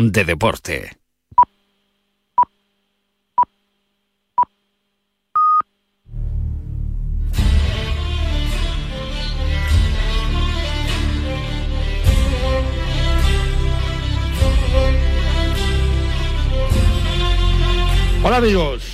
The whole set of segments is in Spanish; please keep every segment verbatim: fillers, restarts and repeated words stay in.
de deporte. Hola amigos,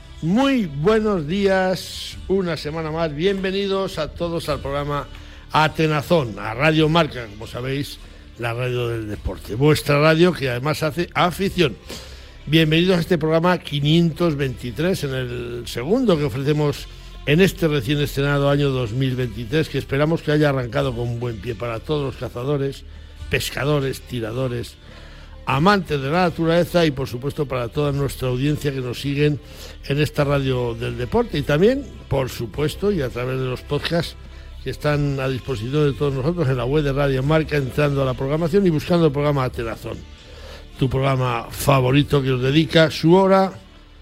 muy buenos días, una semana más, bienvenidos a todos al programa Atenazón, a Radio Marca, como sabéis, la radio del deporte, vuestra radio que además hace afición. Bienvenidos a este programa quinientos veintitrés, en el segundo que ofrecemos en este recién estrenado año dos mil veintitrés, que esperamos que haya arrancado con un buen pie para todos los cazadores, pescadores, tiradores, amantes de la naturaleza y por supuesto para toda nuestra audiencia que nos siguen en esta radio del deporte y también, por supuesto, y a través de los podcasts que están a disposición de todos nosotros en la web de Radio Marca, entrando a la programación y buscando el programa Atenazón, tu programa favorito que os dedica su hora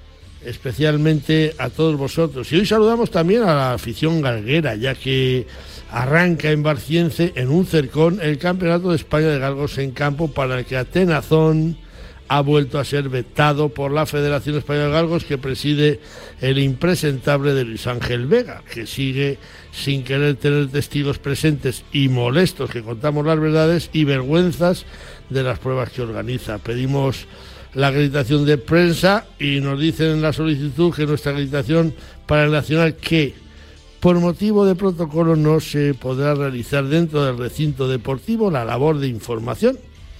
especialmente a todos vosotros. Y hoy saludamos también a la afición galguera, ya que arranca en Barciense, en un cercón, el Campeonato de España de Galgos en campo, para el que Atenazón ha vuelto a ser vetado por la Federación Española de Galgos, que preside el impresentable de Luis Ángel Vega, que sigue sin querer tener testigos presentes y molestos que contamos las verdades y vergüenzas de las pruebas que organiza. Pedimos la acreditación de prensa y nos dicen en la solicitud que nuestra acreditación para el Nacional, que por motivo de protocolo no se podrá realizar dentro del recinto deportivo la labor de información.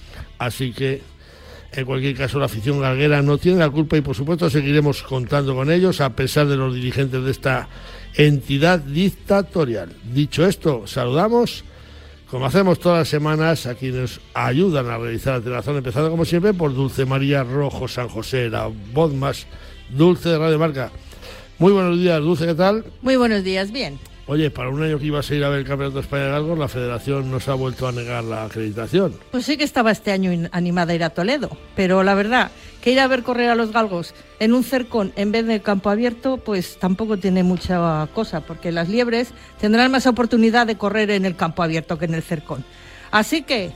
Así que, en cualquier caso, la afición galguera no tiene la culpa y, por supuesto, seguiremos contando con ellos a pesar de los dirigentes de esta entidad dictatorial. Dicho esto, saludamos, como hacemos todas las semanas, a quienes ayudan a realizar Atenazón, empezando, como siempre, por Dulce María Rojo San José, la voz más dulce de Radio Marca. Muy buenos días, Dulce, ¿qué tal? Muy buenos días, bien. Oye, para un año que ibas a ir a ver el Campeonato de España de Galgos, la Federación nos ha vuelto a negar la acreditación. Pues sí que estaba este año animada a ir a Toledo, pero la verdad, que ir a ver correr a los galgos en un cercón en vez de campo abierto, pues tampoco tiene mucha cosa, porque las liebres tendrán más oportunidad de correr en el campo abierto que en el cercón. Así que...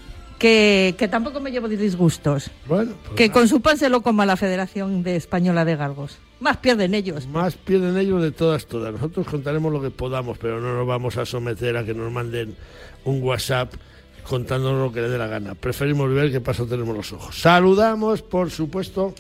Que, que tampoco me llevo disgustos. Bueno, pues que nada. Con su pan se lo coma la Federación de Española de Galgos. Más pierden ellos. Más pierden ellos de todas, todas. Nosotros contaremos lo que podamos, pero no nos vamos a someter a que nos manden un WhatsApp contándonos lo que le dé la gana. Preferimos ver qué pasa, tenemos los ojos. Saludamos, por supuesto,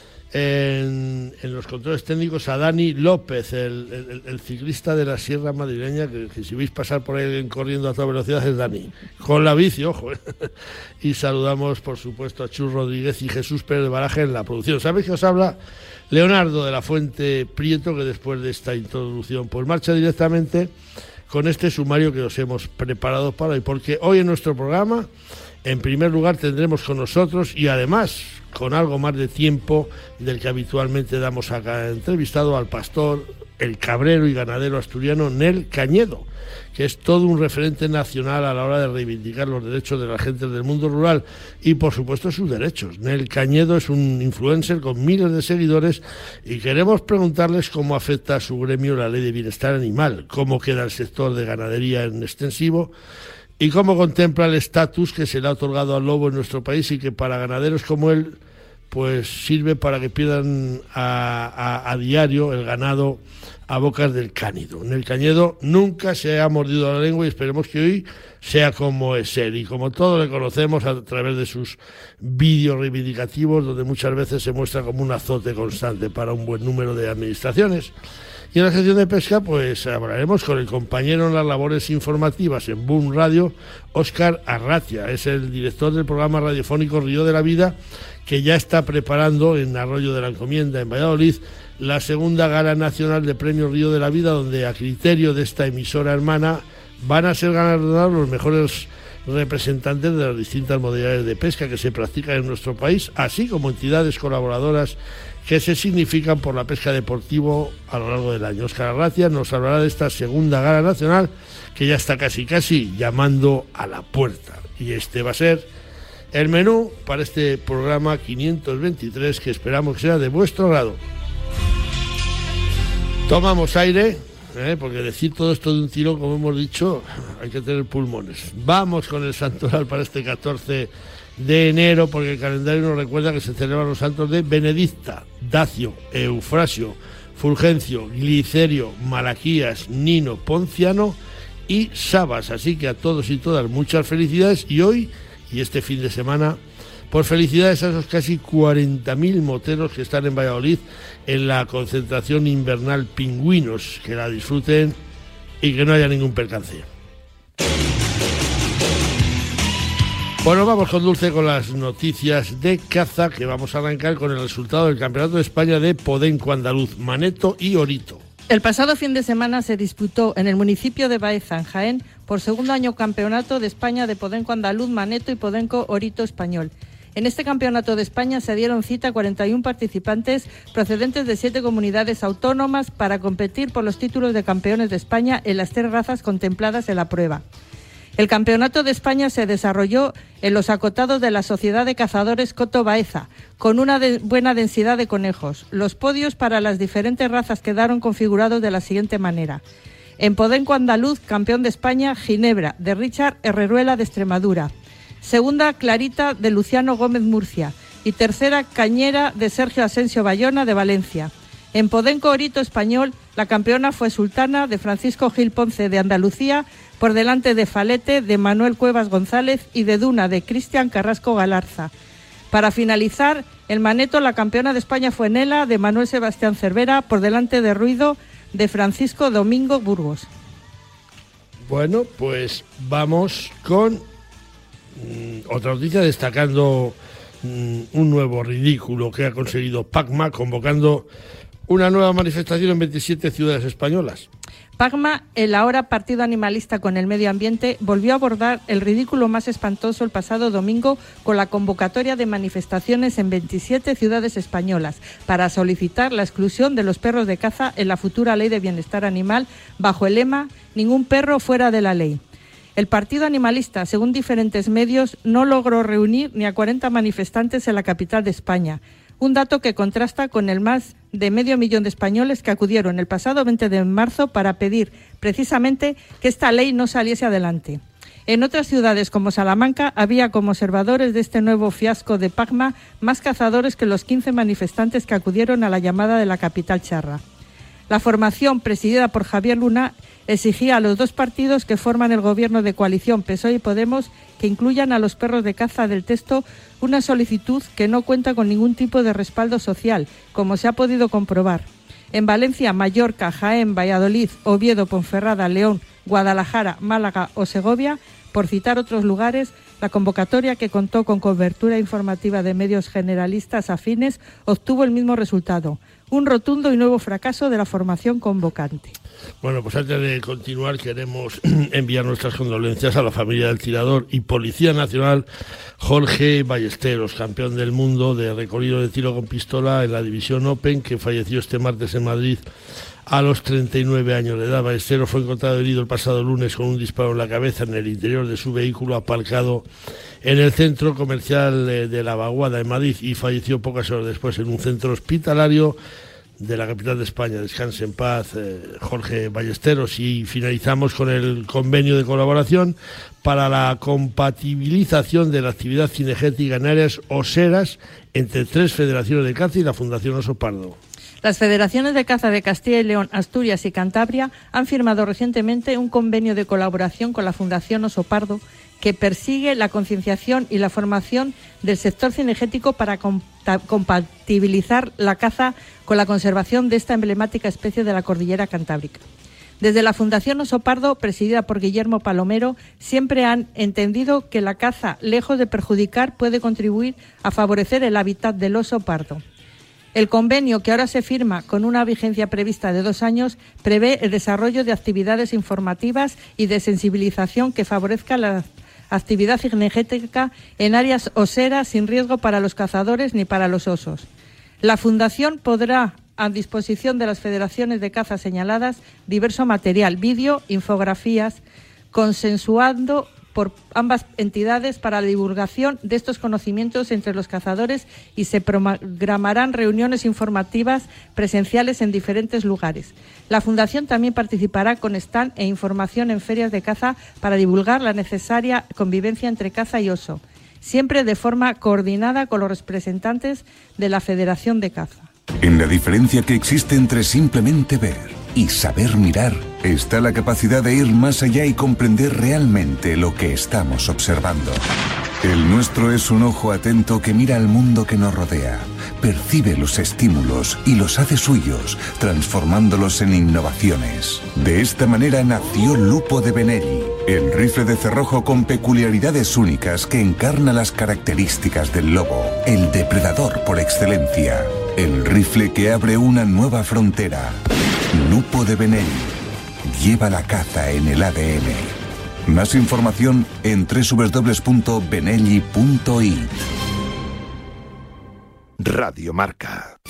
en, en los controles técnicos a Dani López, el, el, el ciclista de la Sierra Madrileña, que, que si veis pasar por ahí corriendo a toda velocidad es Dani, con la bici, ojo, ¿eh? Y saludamos, por supuesto, a Chus Rodríguez y Jesús Pérez de Baraje en la producción. ¿Sabéis que os habla Leonardo de la Fuente Prieto, que después de esta introducción pues marcha directamente con este sumario que os hemos preparado para hoy? Porque hoy en nuestro programa, en primer lugar, tendremos con nosotros, y además con algo más de tiempo del que habitualmente damos a cada entrevistado, al pastor, el cabrero y ganadero asturiano Nel Cañedo, que es todo un referente nacional a la hora de reivindicar los derechos de la gente del mundo rural y, por supuesto, sus derechos. Nel Cañedo es un influencer con miles de seguidores y queremos preguntarles cómo afecta a su gremio la ley de bienestar animal, cómo queda el sector de ganadería en extensivo y cómo contempla el estatus que se le ha otorgado al lobo en nuestro país y que para ganaderos como él pues sirve para que pierdan a, a, a diario el ganado a bocas del cánido. En el Cañedo nunca se ha mordido la lengua y esperemos que hoy sea como es él. Y como todos le conocemos a través de sus vídeos reivindicativos, donde muchas veces se muestra como un azote constante para un buen número de administraciones. Y en la sección de pesca, pues hablaremos con el compañero en las labores informativas en Boom Radio, Óscar Arratia. Es el director del programa radiofónico Río de la Vida, que ya está preparando en Arroyo de la Encomienda, en Valladolid, la segunda gala nacional de Premio Río de la Vida, donde a criterio de esta emisora hermana van a ser galardonados los mejores representantes de las distintas modalidades de pesca que se practican en nuestro país, así como entidades colaboradoras que se significan por la pesca deportiva a lo largo del año. Óscar Arratia nos hablará de esta segunda gala nacional que ya está casi casi llamando a la puerta. Y este va a ser el menú para este programa quinientos veintitrés, que esperamos que sea de vuestro agrado. Tomamos aire, ¿eh? Porque decir todo esto de un tirón, como hemos dicho, hay que tener pulmones. Vamos con el santoral para este catorce de enero, porque el calendario nos recuerda que se celebran los santos de Benedicta, Dacio, Eufrasio, Fulgencio, Glicerio, Malaquías, Nino, Ponciano y Sabas. Así que a todos y todas muchas felicidades, y hoy y este fin de semana, por felicidades a esos casi cuarenta mil moteros que están en Valladolid en la concentración invernal Pingüinos. Que la disfruten y que no haya ningún percance. Bueno, vamos con Dulce con las noticias de caza, que vamos a arrancar con el resultado del Campeonato de España de Podenco Andaluz, Maneto y Orito. El pasado fin de semana se disputó en el municipio de Baeza, en Jaén, por segundo año Campeonato de España de Podenco Andaluz, Maneto y Podenco Orito Español. En este Campeonato de España se dieron cita a cuarenta y uno participantes procedentes de siete comunidades autónomas para competir por los títulos de campeones de España en las tres razas contempladas en la prueba. El Campeonato de España se desarrolló en los acotados de la Sociedad de Cazadores Coto Baeza, con una de buena densidad de conejos. Los podios para las diferentes razas quedaron configurados de la siguiente manera. En Podenco Andaluz, campeón de España, Ginebra, de Richard Herreruela, de Extremadura. Segunda, Clarita, de Luciano Gómez, Murcia. Y tercera, Cañera, de Sergio Asensio Bayona, de Valencia. En Podenco Orito Español, la campeona fue Sultana, de Francisco Gil Ponce, de Andalucía, por delante de Falete, de Manuel Cuevas González, y de Duna, de Cristian Carrasco Galarza. Para finalizar, el Maneto, la campeona de España fue Nela, de Manuel Sebastián Cervera, por delante de Ruido, de Francisco Domingo Burgos. Bueno, pues vamos con mmm, otra noticia, destacando mmm, un nuevo ridículo que ha conseguido Pacma, convocando una nueva manifestación en veintisiete ciudades españolas. Pacma, el ahora Partido Animalista con el Medio Ambiente, volvió a abordar el ridículo más espantoso el pasado domingo con la convocatoria de manifestaciones en veintisiete ciudades españolas para solicitar la exclusión de los perros de caza en la futura Ley de Bienestar Animal bajo el lema «Ningún perro fuera de la ley». El Partido Animalista, según diferentes medios, no logró reunir ni a cuarenta manifestantes en la capital de España. Un dato que contrasta con el más de medio millón de españoles que acudieron el pasado veinte de marzo para pedir precisamente que esta ley no saliese adelante. En otras ciudades como Salamanca había como observadores de este nuevo fiasco de Pacma más cazadores que los quince manifestantes que acudieron a la llamada de la capital charra. La formación, presidida por Javier Luna, exigía a los dos partidos que forman el gobierno de coalición P S O E y Podemos que incluyan a los perros de caza del texto, una solicitud que no cuenta con ningún tipo de respaldo social, como se ha podido comprobar. En Valencia, Mallorca, Jaén, Valladolid, Oviedo, Ponferrada, León, Guadalajara, Málaga o Segovia, por citar otros lugares, la convocatoria, que contó con cobertura informativa de medios generalistas afines, obtuvo el mismo resultado: un rotundo y nuevo fracaso de la formación convocante. Bueno, pues antes de continuar queremos enviar nuestras condolencias a la familia del tirador y Policía Nacional Jorge Ballesteros, campeón del mundo de recorrido de tiro con pistola en la división Open, que falleció este martes en Madrid a los treinta y nueve años de edad. Ballesteros fue encontrado herido el pasado lunes con un disparo en la cabeza en el interior de su vehículo aparcado en el centro comercial de La Vaguada, en Madrid, y falleció pocas horas después en un centro hospitalario de la capital de España. Descanse en paz, eh, Jorge Ballesteros. Y finalizamos con el convenio de colaboración para la compatibilización de la actividad cinegética en áreas oseras entre tres federaciones de caza y la Fundación Oso Pardo. Las federaciones de caza de Castilla y León, Asturias y Cantabria han firmado recientemente un convenio de colaboración con la Fundación Oso Pardo que persigue la concienciación y la formación del sector cinegético para compatibilizar la caza con la conservación de esta emblemática especie de la cordillera cantábrica. Desde la Fundación Oso Pardo, presidida por Guillermo Palomero, siempre han entendido que la caza, lejos de perjudicar, puede contribuir a favorecer el hábitat del oso pardo. El convenio, que ahora se firma con una vigencia prevista de dos años, prevé el desarrollo de actividades informativas y de sensibilización que favorezcan la actividad cinegética en áreas oseras sin riesgo para los cazadores ni para los osos. La Fundación podrá, a disposición de las federaciones de caza señaladas, diverso material, vídeo, infografías, consensuando por ambas entidades para la divulgación de estos conocimientos entre los cazadores, y se programarán reuniones informativas presenciales en diferentes lugares. La Fundación también participará con stand e información en ferias de caza para divulgar la necesaria convivencia entre caza y oso. siempre de forma coordinada con los representantes de la Federación de Caza. En la diferencia que existe entre simplemente ver y saber mirar, está la capacidad de ir más allá y comprender realmente lo que estamos observando. El nuestro es un ojo atento que mira al mundo que nos rodea, percibe los estímulos y los hace suyos, transformándolos en innovaciones. De esta manera nació Lupo de Benelli, el rifle de cerrojo con peculiaridades únicas que encarna las características del lobo, el depredador por excelencia. El rifle que abre una nueva frontera. Lupo de Benelli. Lleva la caza en el A D N. Más información en doble u doble u doble u punto benelli punto it. Radio Marca.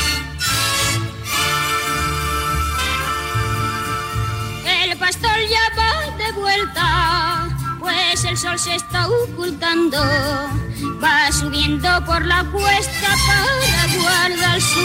El pastor ya va de vuelta, pues el sol se está ocultando. Va subiendo por la cuesta para guardar su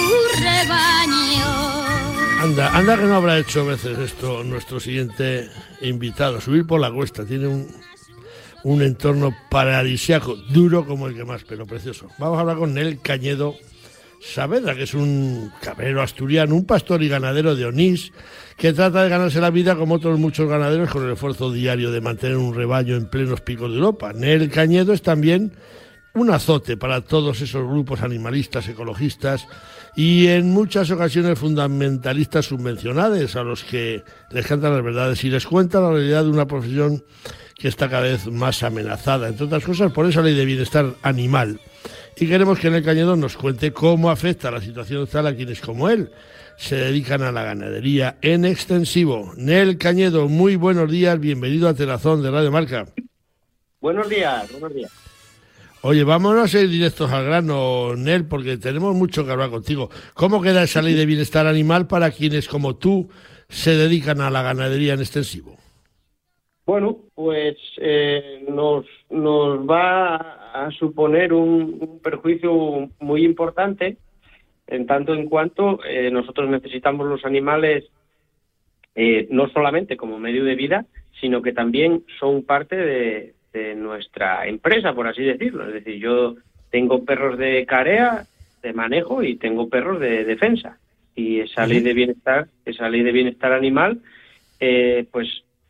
rebaño. Anda, anda que no habrá hecho veces esto nuestro siguiente invitado, subir por la cuesta. Tiene un, un entorno paradisíaco, duro como el que más, pero precioso. Vamos a hablar con Nel Cañedo Saavedra, que es un cabrero asturiano, un pastor y ganadero de Onís, que trata de ganarse la vida como otros muchos ganaderos con el esfuerzo diario de mantener un rebaño en plenos picos de Europa. Nel Cañedo es también un azote para todos esos grupos animalistas, ecologistas y en muchas ocasiones fundamentalistas subvencionados, a los que les cantan las verdades y les cuentan la realidad de una profesión que está cada vez más amenazada, entre otras cosas por esa ley de bienestar animal. Y queremos que Nel Cañedo nos cuente cómo afecta la situación actual a quienes como él se dedican a la ganadería en extensivo. Nel Cañedo, muy buenos días, bienvenido a Telazón de Radio Marca. Buenos días, buenos días. Oye, vámonos a ir directos al grano, Nel, porque tenemos mucho que hablar contigo. ¿Cómo queda esa ley de bienestar animal para quienes, como tú, se dedican a la ganadería en extensivo? Bueno, pues eh, nos, nos va a suponer un, un perjuicio muy importante, en tanto en cuanto eh, nosotros necesitamos los animales eh, no solamente como medio de vida, sino que también son parte de... de nuestra empresa, por así decirlo. Es decir, yo tengo perros de carea, de manejo, y tengo perros de defensa. Y esa ley de bienestar, esa ley de bienestar animal, eh, pues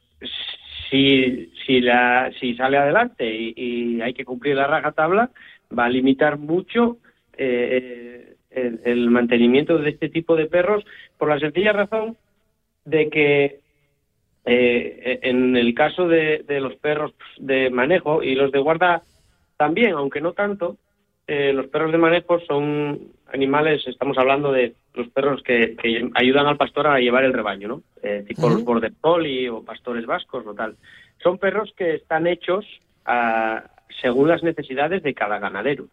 si si la si sale adelante y, y hay que cumplir la rajatabla, va a limitar mucho eh, el, el mantenimiento de este tipo de perros, por la sencilla razón de que Eh, en el caso de, de los perros de manejo y los de guarda también, aunque no tanto, eh, los perros de manejo son animales, estamos hablando de los perros que, que ayudan al pastor a llevar el rebaño, ¿no? Eh, tipo uh-huh. los border collie o pastores vascos o tal. Son perros que están hechos a, según las necesidades de cada ganadero.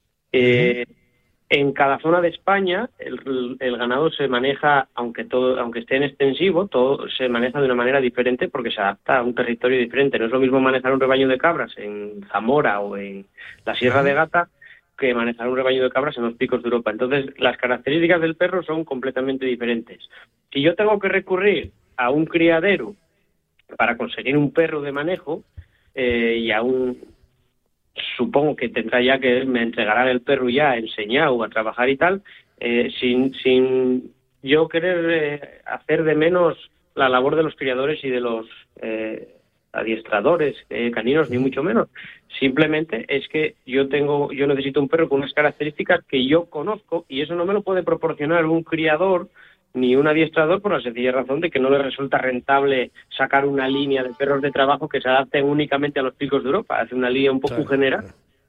Eh, uh-huh. En cada zona de España el, el ganado se maneja, aunque todo, aunque esté en extensivo, todo se maneja de una manera diferente porque se adapta a un territorio diferente. No es lo mismo manejar un rebaño de cabras en Zamora o en la Sierra de Gata que manejar un rebaño de cabras en los picos de Europa. Entonces, las características del perro son completamente diferentes. Si yo tengo que recurrir a un criadero para conseguir un perro de manejo eh, y a un... supongo que tendrá ya que me entregarán el perro ya enseñado a trabajar y tal, eh, sin sin yo querer eh, hacer de menos la labor de los criadores y de los eh, adiestradores eh, caninos, ni mucho menos. Simplemente es que yo tengo, yo necesito un perro con unas características que yo conozco y eso no me lo puede proporcionar un criador ni un adiestrador por la sencilla razón de que no le resulta rentable sacar una línea de perros de trabajo que se adapten únicamente a los picos de Europa. Hace una línea un poco claro, general.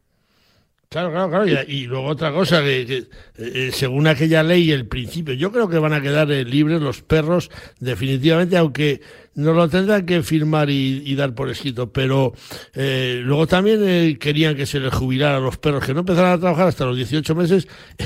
Claro, claro, claro. Y, y luego otra cosa, que, que eh, según aquella ley, el principio, yo creo que van a quedar eh, libres los perros definitivamente, aunque no lo tendrán que firmar y, y dar por escrito, pero eh, luego también eh, querían que se les jubilara a los perros, que no empezaran a trabajar hasta los dieciocho meses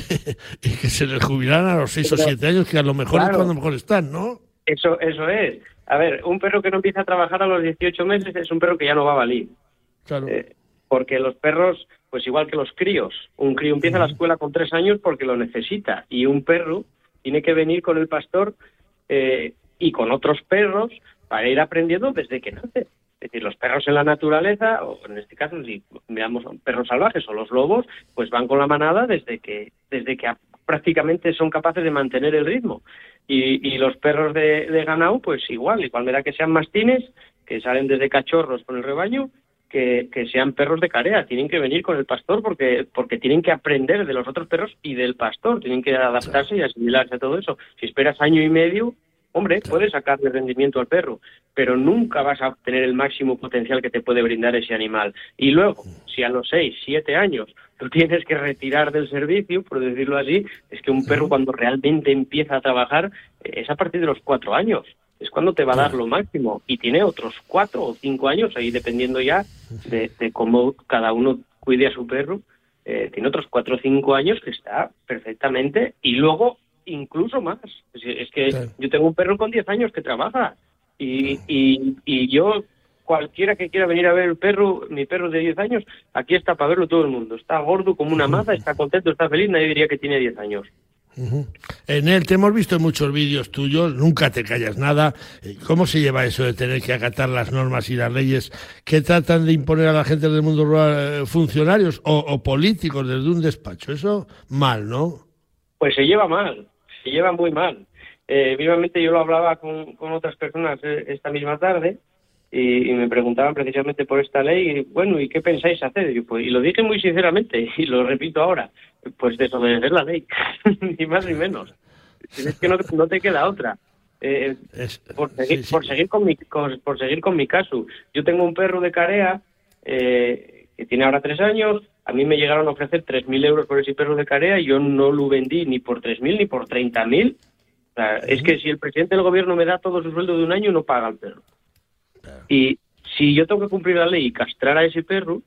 y que se les jubilaran a los seis o siete años, que a lo mejor claro, es cuando mejor están, ¿no? Eso, eso es. A ver, un perro que no empieza a trabajar a los dieciocho meses es un perro que ya no va a valer. Claro. Eh, porque los perros, pues igual que los críos, un crío empieza uh-huh. la escuela con tres años porque lo necesita, y un perro tiene que venir con el pastor eh, y con otros perros para ir aprendiendo desde que nace. Es decir, los perros en la naturaleza, o en este caso, si miramos perros salvajes o los lobos, pues van con la manada desde que desde que prácticamente son capaces de mantener el ritmo. Y, y los perros de, de ganado, pues igual, igual me da que sean mastines, que salen desde cachorros con el rebaño, que, que sean perros de carea. Tienen que venir con el pastor porque porque tienen que aprender de los otros perros y del pastor. Tienen que adaptarse y asimilarse a todo eso. Si esperas año y medio, hombre, puedes sacarle rendimiento al perro, pero nunca vas a obtener el máximo potencial que te puede brindar ese animal. Y luego, si a los seis, siete años tú tienes que retirar del servicio, por decirlo así, es que un perro cuando realmente empieza a trabajar es a partir de los cuatro años. Es cuando te va a dar lo máximo. Y tiene otros cuatro o cinco años, ahí dependiendo ya de, de cómo cada uno cuide a su perro, eh, tiene otros cuatro o cinco años que está perfectamente. Y luego incluso más. Es, es que sí. Yo tengo un perro con diez años que trabaja y, y, y yo, cualquiera que quiera venir a ver el perro, mi perro de diez años, aquí está para verlo todo el mundo. Está gordo como una maza, está contento, está feliz, nadie diría que tiene diez años. Uh-huh. En él te hemos visto en muchos vídeos tuyos, nunca te callas nada. ¿Cómo se lleva eso de tener que acatar las normas y las leyes que tratan de imponer a la gente del mundo rural, funcionarios o, o políticos desde un despacho? Eso mal, ¿no? Pues se lleva mal. Se llevan muy mal. Eh, vivamente yo lo hablaba con, con otras personas eh, esta misma tarde y, y me preguntaban precisamente por esta ley y, bueno, ¿y qué pensáis hacer? Y, pues, y lo dije muy sinceramente y lo repito ahora, pues desobedecer la ley, ni más ni menos. Es que no, no te queda otra. Eh, es, por, seguir, sí, sí. por seguir con mi con, por seguir con mi caso, yo tengo un perro de carea eh, que tiene ahora tres años. A mí me llegaron a ofrecer tres mil euros por ese perro de carea y yo no lo vendí ni por tres mil ni por treinta mil. O sea, uh-huh. Es que si el presidente del gobierno me da todo su sueldo de un año, no paga el perro. Uh-huh. Y si yo tengo que cumplir la ley y castrar a ese perro,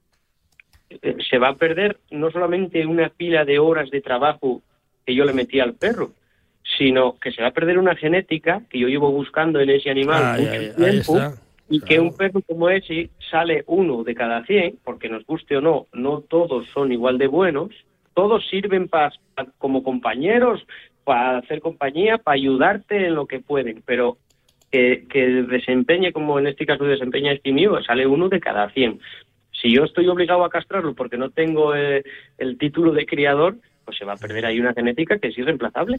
eh, se va a perder no solamente una pila de horas de trabajo que yo le metí al perro, sino que se va a perder una genética que yo llevo buscando en ese animal ah, mucho ahí, tiempo. ahí Y claro. Que un perro como ese sale uno de cada cien, porque nos guste o no, no todos son igual de buenos, todos sirven pa, pa, como compañeros, para hacer compañía, para ayudarte en lo que pueden, pero que, que desempeñe, como en este caso desempeña este mío, sale uno de cada cien. Si yo estoy obligado a castrarlo porque no tengo eh, el título de criador, pues se va a perder ahí una genética que es irreemplazable.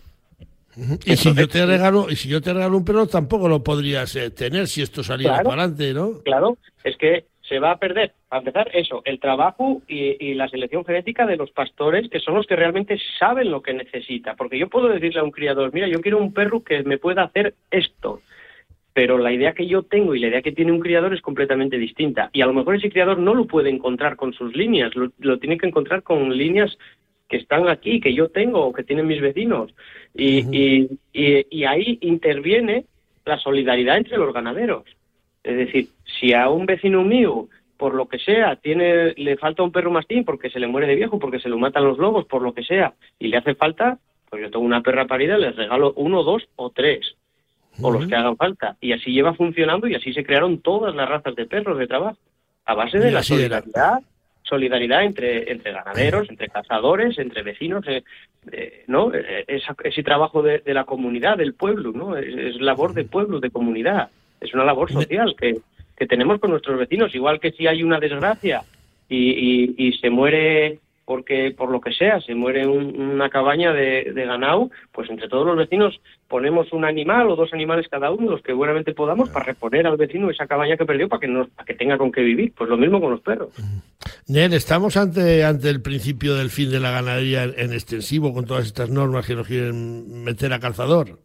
Y Entonces, si yo te regalo, y si yo te regalo un perro, tampoco lo podrías eh, tener si esto saliera claro, para adelante, ¿no? Claro, es que se va a perder, para empezar, eso, el trabajo y, y la selección genética de los pastores, que son los que realmente saben lo que necesita. Porque yo puedo decirle a un criador, mira, yo quiero un perro que me pueda hacer esto, pero la idea que yo tengo y la idea que tiene un criador es completamente distinta. Y a lo mejor ese criador no lo puede encontrar con sus líneas, lo, lo tiene que encontrar con líneas que están aquí, que yo tengo, o que tienen mis vecinos. Y, uh-huh. y, y, y ahí interviene la solidaridad entre los ganaderos. Es decir, si a un vecino mío, por lo que sea, tiene le falta un perro mastín porque se le muere de viejo, porque se lo matan los lobos, por lo que sea, y le hace falta, pues yo tengo una perra parida, les regalo uno, dos o tres, uh-huh. o los que hagan falta. Y así lleva funcionando y así se crearon todas las razas de perros de trabajo, a base de la solidaridad. solidaridad entre entre ganaderos, entre cazadores, entre vecinos, eh, eh, ¿no? Esa, ese trabajo de, de la comunidad, del pueblo, ¿no? Es, es labor de pueblo, de comunidad. Es una labor social que, que tenemos con nuestros vecinos. Igual que si hay una desgracia y, y, y se muere porque por lo que sea, se muere un, una cabaña de, de ganado, pues entre todos los vecinos ponemos un animal o dos animales cada uno, los que buenamente podamos, para reponer al vecino esa cabaña que perdió para que no, para que tenga con qué vivir. Pues lo mismo con los perros. Nen, ¿estamos ante, ante el principio del fin de la ganadería en, en extensivo con todas estas normas que nos quieren meter a calzador?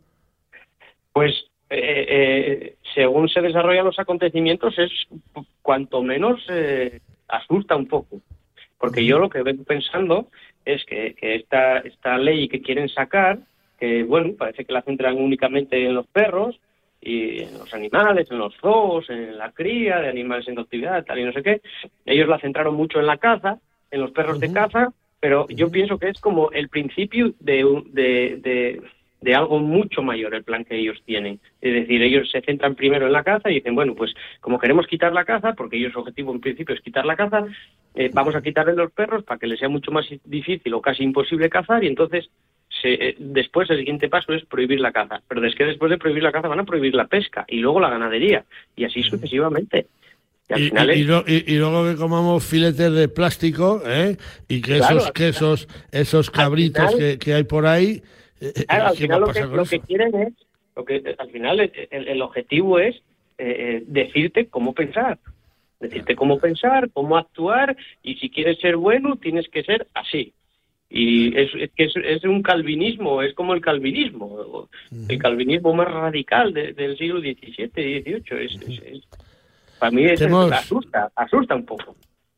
Pues eh, eh, según se desarrollan los acontecimientos es cuanto menos eh, asusta un poco. Porque yo lo que vengo pensando es que, que esta, esta ley que quieren sacar, que bueno, parece que la centran únicamente en los perros y en los animales, en los zoos, en la cría de animales en cautividad, tal y no sé qué. Ellos la centraron mucho en la caza, en los perros uh-huh. de caza, pero yo uh-huh. pienso que es como el principio de, de, de, de algo mucho mayor, el plan que ellos tienen. Es decir, ellos se centran primero en la caza y dicen, bueno, pues como queremos quitar la caza, porque ellos su objetivo en principio es quitar la caza, eh, vamos a quitarle los perros para que les sea mucho más difícil o casi imposible cazar y entonces se, eh, después el siguiente paso es prohibir la caza. Pero es que después de prohibir la caza van a prohibir la pesca y luego la ganadería y así sucesivamente. Y, al y, final y, es... y, lo, y, y luego que comamos filetes de plástico, ¿eh? Y que Claro, esos quesos, esos cabritos final, que, que hay por ahí, eh, claro, al ¿qué va a final lo pasar que, con lo eso? que quieren es, lo que al final el, el objetivo es eh, decirte cómo pensar, decirte cómo pensar, cómo actuar, y si quieres ser bueno tienes que ser así. Y es, es que es, es un calvinismo, es como el calvinismo, el calvinismo más radical de, del siglo diecisiete y dieciocho. Es, es, es, para mí eso Hemos... asusta, asusta un poco.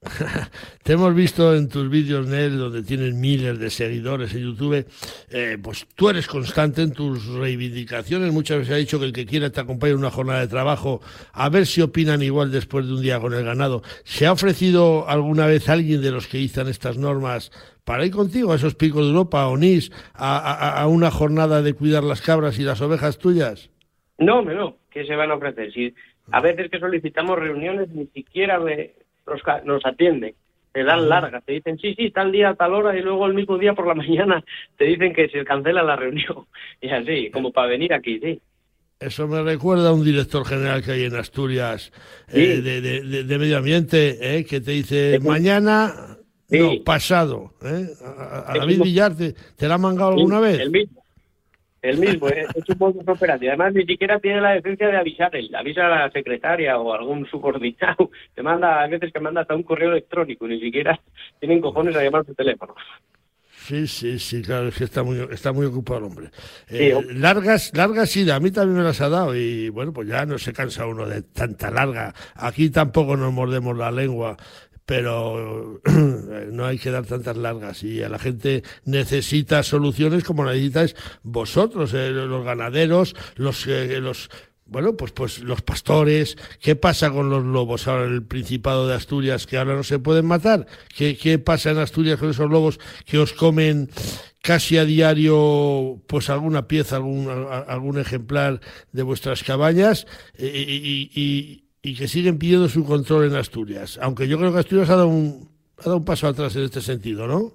Te hemos visto en tus vídeos, Nel, donde tienes miles de seguidores en YouTube, eh, pues tú eres constante en tus reivindicaciones. Muchas veces ha dicho que el que quiera te acompañe en una jornada de trabajo, a ver si opinan igual después de un día con el ganado. ¿Se ha ofrecido alguna vez alguien de los que izan estas normas para ir contigo a esos picos de Europa, a Onís, a, a, a una jornada de cuidar las cabras y las ovejas tuyas? No, no, ¿qué se van a ofrecer? Si a veces que solicitamos reuniones ni siquiera me... Nos, nos atienden, te dan largas, te dicen sí, sí, tal día, tal hora, y luego el mismo día por la mañana te dicen que se cancela la reunión, y así, como para venir aquí, sí. Eso me recuerda a un director general que hay en Asturias, sí. eh, de, de, de, de medio ambiente, eh, que te dice sí. mañana, sí. no, pasado. Eh. A, a David Villar, ¿te, ¿te la han mangado alguna sí, vez? El mismo. El mismo, es, es un modus operandi. Además, ni siquiera tiene la decencia de avisar él. Avisa a la secretaria o a algún subordinado. Te manda, a veces que manda hasta un correo electrónico. Ni siquiera tienen cojones a llamar por teléfono. Sí, sí, sí, claro, es que está muy, está muy ocupado el hombre. Eh, sí, largas, largas sí, a mí también me las ha dado y bueno, pues ya no se cansa uno de tanta larga. Aquí tampoco nos mordemos la lengua, pero no hay que dar tantas largas y a la gente necesita soluciones como necesitáis vosotros, eh, los ganaderos, los eh, los bueno, pues pues los pastores. ¿Qué pasa con los lobos ahora en el Principado de Asturias, que ahora no se pueden matar? ¿Qué, qué pasa en Asturias con esos lobos que os comen casi a diario pues alguna pieza, algún algún ejemplar de vuestras cabañas y, y, y y que siguen pidiendo su control en Asturias? Aunque yo creo que Asturias ha dado un, ha dado un paso atrás en este sentido, ¿no?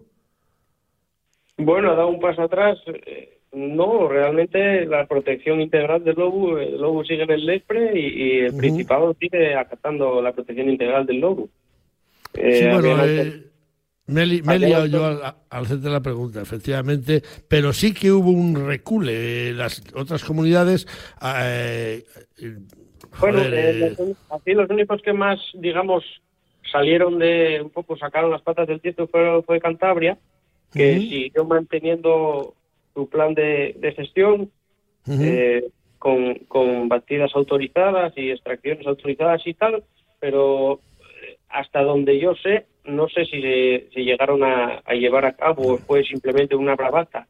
Bueno, ha dado un paso atrás. No, realmente la protección integral del lobo, el lobo sigue en el Lepre y, y el uh-huh. Principado sigue acatando la protección integral del lobo. Eh, sí, bueno, eh, me, li, me he liado yo al, al hacerte la pregunta, efectivamente, pero sí que hubo un recule. Las otras comunidades... Eh, Bueno, Joder, eh, los, así los únicos que más, digamos, salieron de un poco, sacaron las patas del tiesto fue, fue Cantabria, que uh-huh. siguió manteniendo su plan de, de gestión uh-huh. eh, con, con batidas autorizadas y extracciones autorizadas y tal, pero hasta donde yo sé, no sé si, se, si llegaron a, a llevar a cabo o fue simplemente una bravata.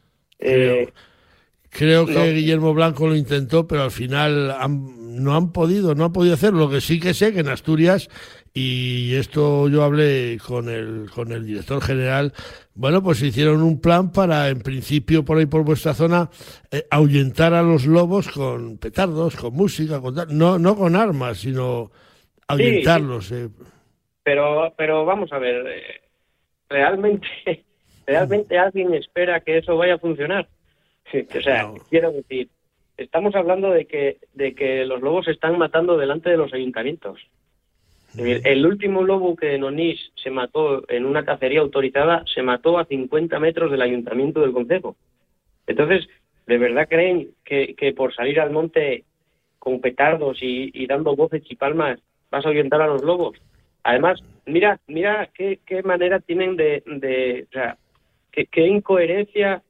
Eh, Creo que no. Guillermo Blanco lo intentó, pero al final han, no han podido, no han podido hacerlo. Lo que sí que sé que en Asturias, y esto yo hablé con el con el director general, bueno, pues hicieron un plan para, en principio, por ahí por vuestra zona, eh, ahuyentar a los lobos con petardos, con música, con no no con armas, sino ahuyentarlos. Sí, sí. Eh. Pero, pero vamos a ver, eh, realmente, realmente alguien espera que eso vaya a funcionar. O sea, no. quiero decir, estamos hablando de que de que los lobos se están matando delante de los ayuntamientos. El, el último lobo que en Onís se mató en una cacería autorizada se mató a cincuenta metros del ayuntamiento del concejo. Entonces, ¿de verdad creen que, que por salir al monte con petardos y, y dando voces y palmas vas a ahuyentar a los lobos? Además, mira mira qué, qué manera tienen de, de o sea, qué, qué incoherencia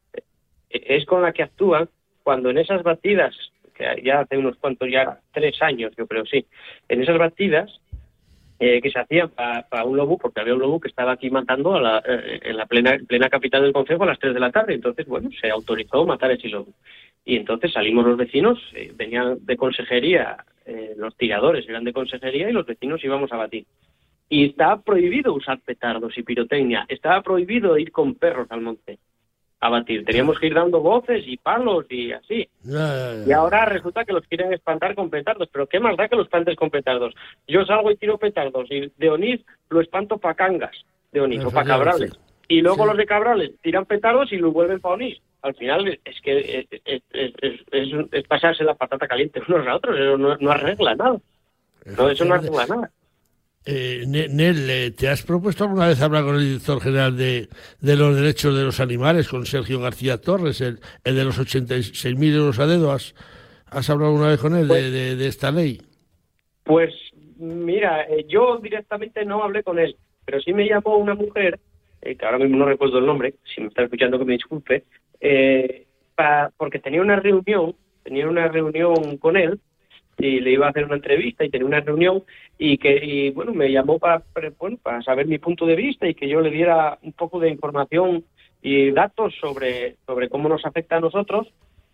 es con la que actúan cuando en esas batidas, que ya hace unos cuantos, ya tres años yo creo, sí, en esas batidas eh, que se hacían para pa un lobo, porque había un lobo que estaba aquí matando a la, eh, en la plena plena capital del concejo a las tres de la tarde, entonces bueno, se autorizó matar a ese lobo. Y entonces salimos los vecinos, eh, venían de consejería, eh, los tiradores eran de consejería y los vecinos íbamos a batir. Y estaba prohibido usar petardos y pirotecnia, estaba prohibido ir con perros al monte a batir. Teníamos que ir dando voces y palos y así. Ya, ya, ya. Y ahora resulta que los quieren espantar con petardos. ¿Pero qué más da que los espantes con petardos? Yo salgo y tiro petardos y de Onís lo espanto para Cangas de Onís o para Cabrales. Y luego sí. los de Cabrales tiran petardos y los vuelven para Onís. Al final es que es, es, es, es, es pasarse la patata caliente unos a otros. Eso no, no arregla nada. No, eso no arregla nada. Eh, Nel, ¿te has propuesto alguna vez hablar con el director general de, de los derechos de los animales, con Sergio García Torres, el, el de los ochenta y seis mil euros a dedo? ¿Has, has hablado alguna vez con él pues, de, de, de esta ley? Pues mira, eh, yo directamente no hablé con él, pero sí me llamó una mujer, eh, que ahora mismo no recuerdo el nombre, si me está escuchando que me disculpe, eh, pa, porque tenía una reunión, tenía una reunión con él, y le iba a hacer una entrevista y tenía una reunión y que y bueno me llamó para bueno, para saber mi punto de vista y que yo le diera un poco de información y datos sobre sobre cómo nos afecta a nosotros.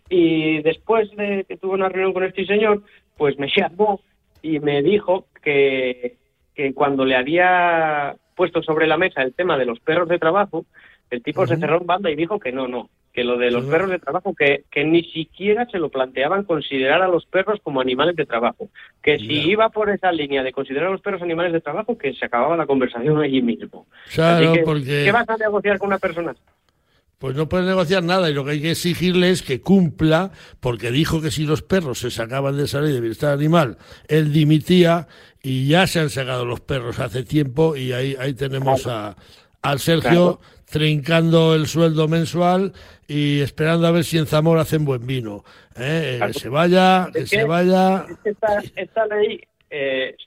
Y después de que tuve una reunión con este señor, pues me llamó y me dijo que que cuando le había puesto sobre la mesa el tema de los perros de trabajo, el tipo uh-huh. se cerró en banda y dijo que no, no, que lo de los uh-huh. perros de trabajo, que, que ni siquiera se lo planteaban considerar a los perros como animales de trabajo, que si yeah. iba por esa línea de considerar a los perros animales de trabajo, que se acababa la conversación allí mismo. Claro, Así que, porque... ¿qué vas a negociar con una persona? Pues no puedes negociar nada y lo que hay que exigirle es que cumpla, porque dijo que si los perros se sacaban de esa ley de bienestar animal, él dimitía y ya se han sacado los perros hace tiempo y ahí, ahí tenemos a, al Sergio... Claro. Trincando el sueldo mensual y esperando a ver si en Zamora hacen buen vino. ¿Eh? Claro. Que se vaya, que, que se vaya... Es que esta, esta ley, eh,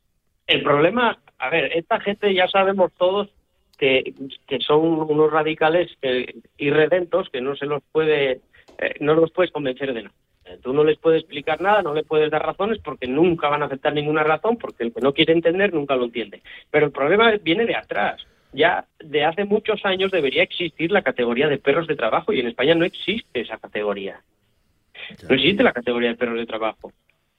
el problema, a ver, esta gente ya sabemos todos que, que son unos radicales que, irredentos que no se los puede, eh, no los puedes convencer de nada. Tú no les puedes explicar nada, no les puedes dar razones porque nunca van a aceptar ninguna razón, porque el que no quiere entender nunca lo entiende. Pero el problema viene de atrás. Ya de hace muchos años debería existir la categoría de perros de trabajo y en España no existe esa categoría. No existe la categoría de perros de trabajo.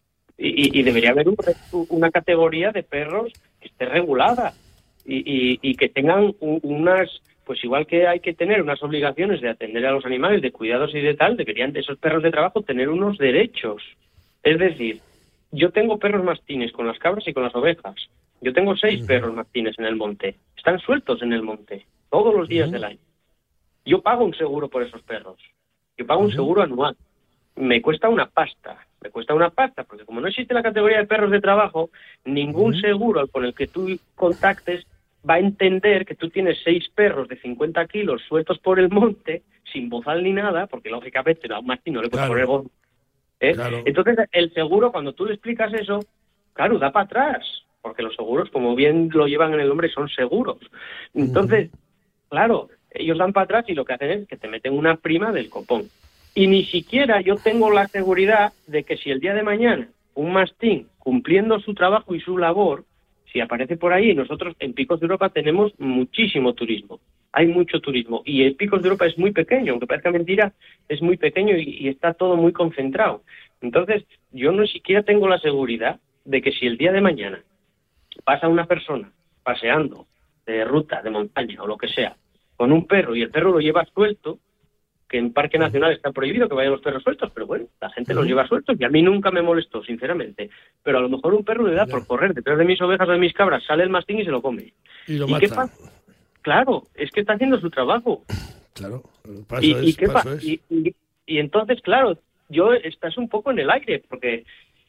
Y, y, y debería haber un, una categoría de perros que esté regulada y, y, y que tengan un, unas, pues igual que hay que tener unas obligaciones de atender a los animales, de cuidados y de tal, deberían de esos perros de trabajo tener unos derechos. Es decir, yo tengo perros mastines con las cabras y con las ovejas. Yo tengo seis uh-huh. perros mastines en el monte. Están sueltos en el monte, todos los días uh-huh. del año. Yo pago un seguro por esos perros. Yo pago uh-huh. un seguro anual. Me cuesta una pasta. Me cuesta una pasta, porque como no existe la categoría de perros de trabajo, ningún uh-huh. seguro con el que tú contactes va a entender que tú tienes seis perros de cincuenta kilos sueltos por el monte, sin bozal ni nada, porque lógicamente a un mastín no le puedes claro. poner voz. ¿eh? Claro. Entonces, el seguro, cuando tú le explicas eso, claro, da para atrás. Porque los seguros, como bien lo llevan en el nombre, son seguros. Entonces, uh-huh. claro, ellos dan para atrás y lo que hacen es que te meten una prima del copón. Y ni siquiera yo tengo la seguridad de que si el día de mañana un mastín, cumpliendo su trabajo y su labor, si aparece por ahí, nosotros en Picos de Europa tenemos muchísimo turismo. Hay mucho turismo. Y el Picos de Europa es muy pequeño, aunque parezca mentira, es muy pequeño y, y está todo muy concentrado. Entonces, yo no siquiera tengo la seguridad de que si el día de mañana pasa una persona paseando de ruta, de montaña o lo que sea, con un perro y el perro lo lleva suelto, que en Parque Nacional está prohibido que vayan los perros sueltos, pero bueno, la gente los lleva sueltos y a mí nunca me molestó, sinceramente. Pero a lo mejor un perro le da por correr detrás de mis ovejas o de mis cabras, sale el mastín y se lo come. ¿Y lo ¿Y mata? qué pasa? Claro, es que está haciendo su trabajo. Claro, paso ¿Y, es, y qué paso pa- es. Y, y, y entonces, claro, yo estás un poco en el aire, porque...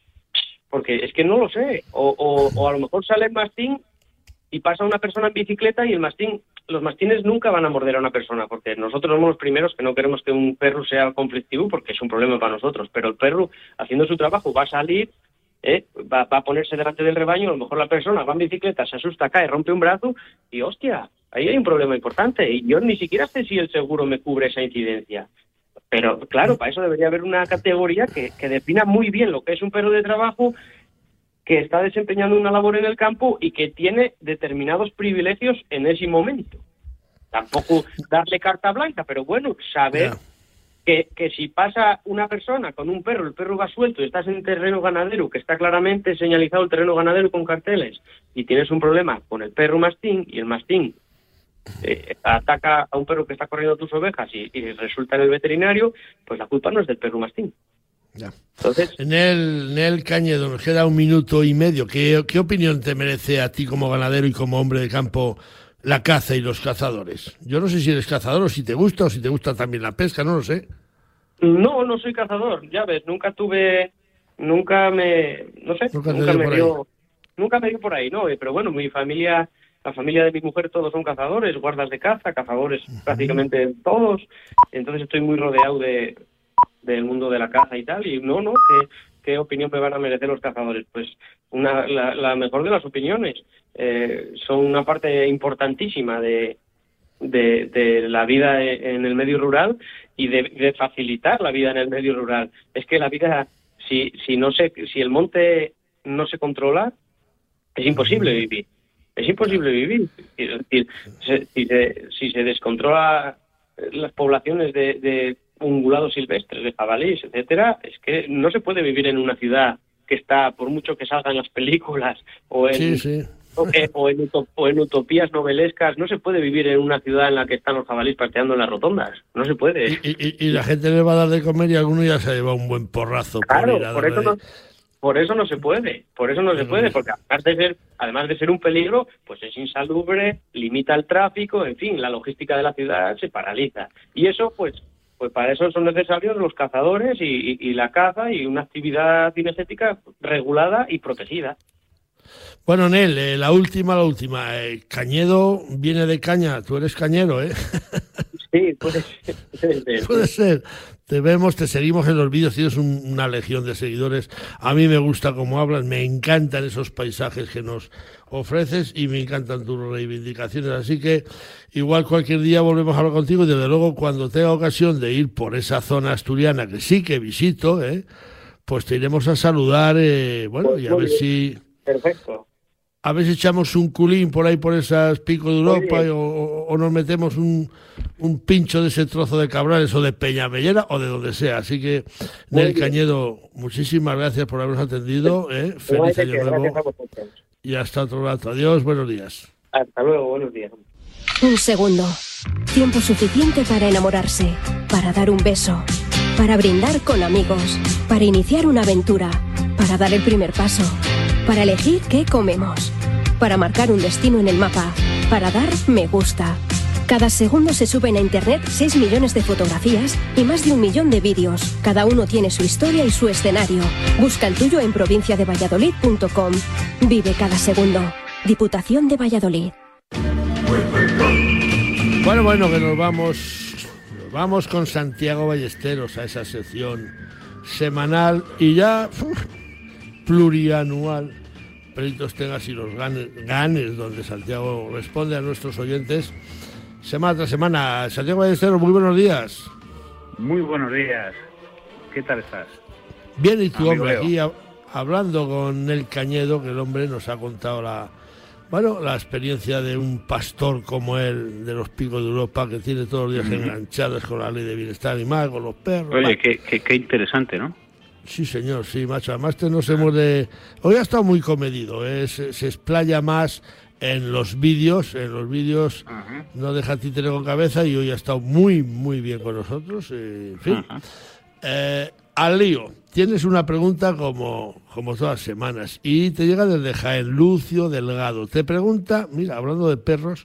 Porque es que no lo sé. O, o, o a lo mejor sale el mastín y pasa una persona en bicicleta y el mastín... Los mastines nunca van a morder a una persona, porque nosotros somos los primeros que no queremos que un perro sea conflictivo, porque es un problema para nosotros. Pero el perro, haciendo su trabajo, va a salir, ¿eh? va, va a ponerse delante del rebaño, a lo mejor la persona va en bicicleta, se asusta, cae, rompe un brazo y, hostia, ahí hay un problema importante. Y yo ni siquiera sé si el seguro me cubre esa incidencia. Pero, claro, para eso debería haber una categoría que, que defina muy bien lo que es un perro de trabajo, que está desempeñando una labor en el campo y que tiene determinados privilegios en ese momento. Tampoco darle carta blanca, pero bueno, saber yeah. que, que si pasa una persona con un perro, el perro va suelto y estás en terreno ganadero, que está claramente señalizado el terreno ganadero con carteles, y tienes un problema con el perro mastín, y el mastín eh, ataca a un perro que está corriendo tus ovejas y, y resulta en el veterinario, pues la culpa no es del perro mastín. Ya. Entonces, Nel, Nel Cañedo, nos queda un minuto y medio. ¿Qué, ¿Qué opinión te merece a ti como ganadero y como hombre de campo la caza y los cazadores? Yo no sé si eres cazador o si te gusta o si te gusta también la pesca, no lo sé. No, no soy cazador, ya ves, nunca tuve nunca me, no sé, nunca, nunca me dio, ahí. nunca me dio por ahí, ¿no? Pero bueno, mi familia, la familia de mi mujer, todos son cazadores, guardas de caza, cazadores uh-huh. prácticamente todos, entonces estoy muy rodeado de del mundo de la caza y tal, y no, no, ¿qué, qué opinión me van a merecer los cazadores? Pues una la, la mejor de las opiniones, eh, son una parte importantísima de De, de la vida en el medio rural y de, de facilitar la vida en el medio rural. Es que la vida, si si no se, si el monte no se controla, es imposible vivir. Es imposible vivir. Es decir, si se, si se descontrola las poblaciones de, de ungulados silvestres, de jabalíes, etcétera, es que no se puede vivir en una ciudad que está, por mucho que salgan las películas o en... Sí, sí. O, eh, o, en utop, o en utopías novelescas, no se puede vivir en una ciudad en la que están los jabalíes pateando en las rotondas, no se puede. Y, y, y la gente le va a dar de comer y alguno ya se ha llevado un buen porrazo. Claro, por, ir a por eso no, por eso no se puede, por eso no se puede, porque además de ser, además de ser un peligro, pues es insalubre, limita el tráfico, en fin, la logística de la ciudad se paraliza. Y eso, pues, pues para eso son necesarios los cazadores y, y, y la caza y una actividad cinegética regulada y protegida. Bueno, Nel, eh, la última, la última. Eh, Cañedo viene de caña, tú eres cañero, ¿eh? Sí, puede ser. Puede ser. Puede ser. Te vemos, te seguimos en los vídeos, tienes un, una legión de seguidores. A mí me gusta cómo hablas, me encantan esos paisajes que nos ofreces y me encantan tus reivindicaciones. Así que igual cualquier día volvemos a hablar contigo y desde luego cuando tenga ocasión de ir por esa zona asturiana, que sí que visito, ¿eh? Pues te iremos a saludar, eh, bueno, y a ver si... Perfecto. A ver si echamos un culín por ahí por esas picos de Europa o, o, o nos metemos un, un pincho de ese trozo de Cabrales o de Peñamellera o de donde sea. Así que, Nel Cañedo, muchísimas gracias por habernos atendido. ¿eh? Feliz año nuevo. Y hasta otro rato. Adiós, buenos días. Hasta luego, buenos días. Un segundo. Tiempo suficiente para enamorarse, para dar un beso, para brindar con amigos, para iniciar una aventura, para dar el primer paso, para elegir qué comemos, para marcar un destino en el mapa, para dar me gusta. Cada segundo se suben a internet seis millones de fotografías y más de un millón de vídeos. Cada uno tiene su historia y su escenario. Busca el tuyo en provincia de valladolid punto com. Vive cada segundo. Diputación de Valladolid. Bueno, bueno, que nos vamos, nos vamos con Santiago Ballesteros a esa sección semanal y ya uf, plurianual. Peritos tengas y los ganes, ganes, donde Santiago responde a nuestros oyentes semana tras semana. Santiago Ballesteros, muy buenos días. Muy buenos días. ¿Qué tal estás? Bien, y tu Amigo hombre Leo. aquí a, hablando con el Cañedo, que el hombre nos ha contado la bueno la experiencia de un pastor como él, de los picos de Europa, que tiene todos los días uh-huh. enganchados con la ley de bienestar animal, con los perros. Oye, qué, qué, qué interesante, ¿no? Sí, señor, sí, macho. Además, te nos hemos de... Hoy ha estado muy comedido, ¿eh? se, se explaya más en los vídeos, en los vídeos uh-huh. no deja títere con cabeza y hoy ha estado muy, muy bien con nosotros. Eh, en fin, uh-huh. eh, al lío. Tienes una pregunta como, como todas las semanas y te llega desde Jaén, Lucio Delgado. Te pregunta, mira, hablando de perros,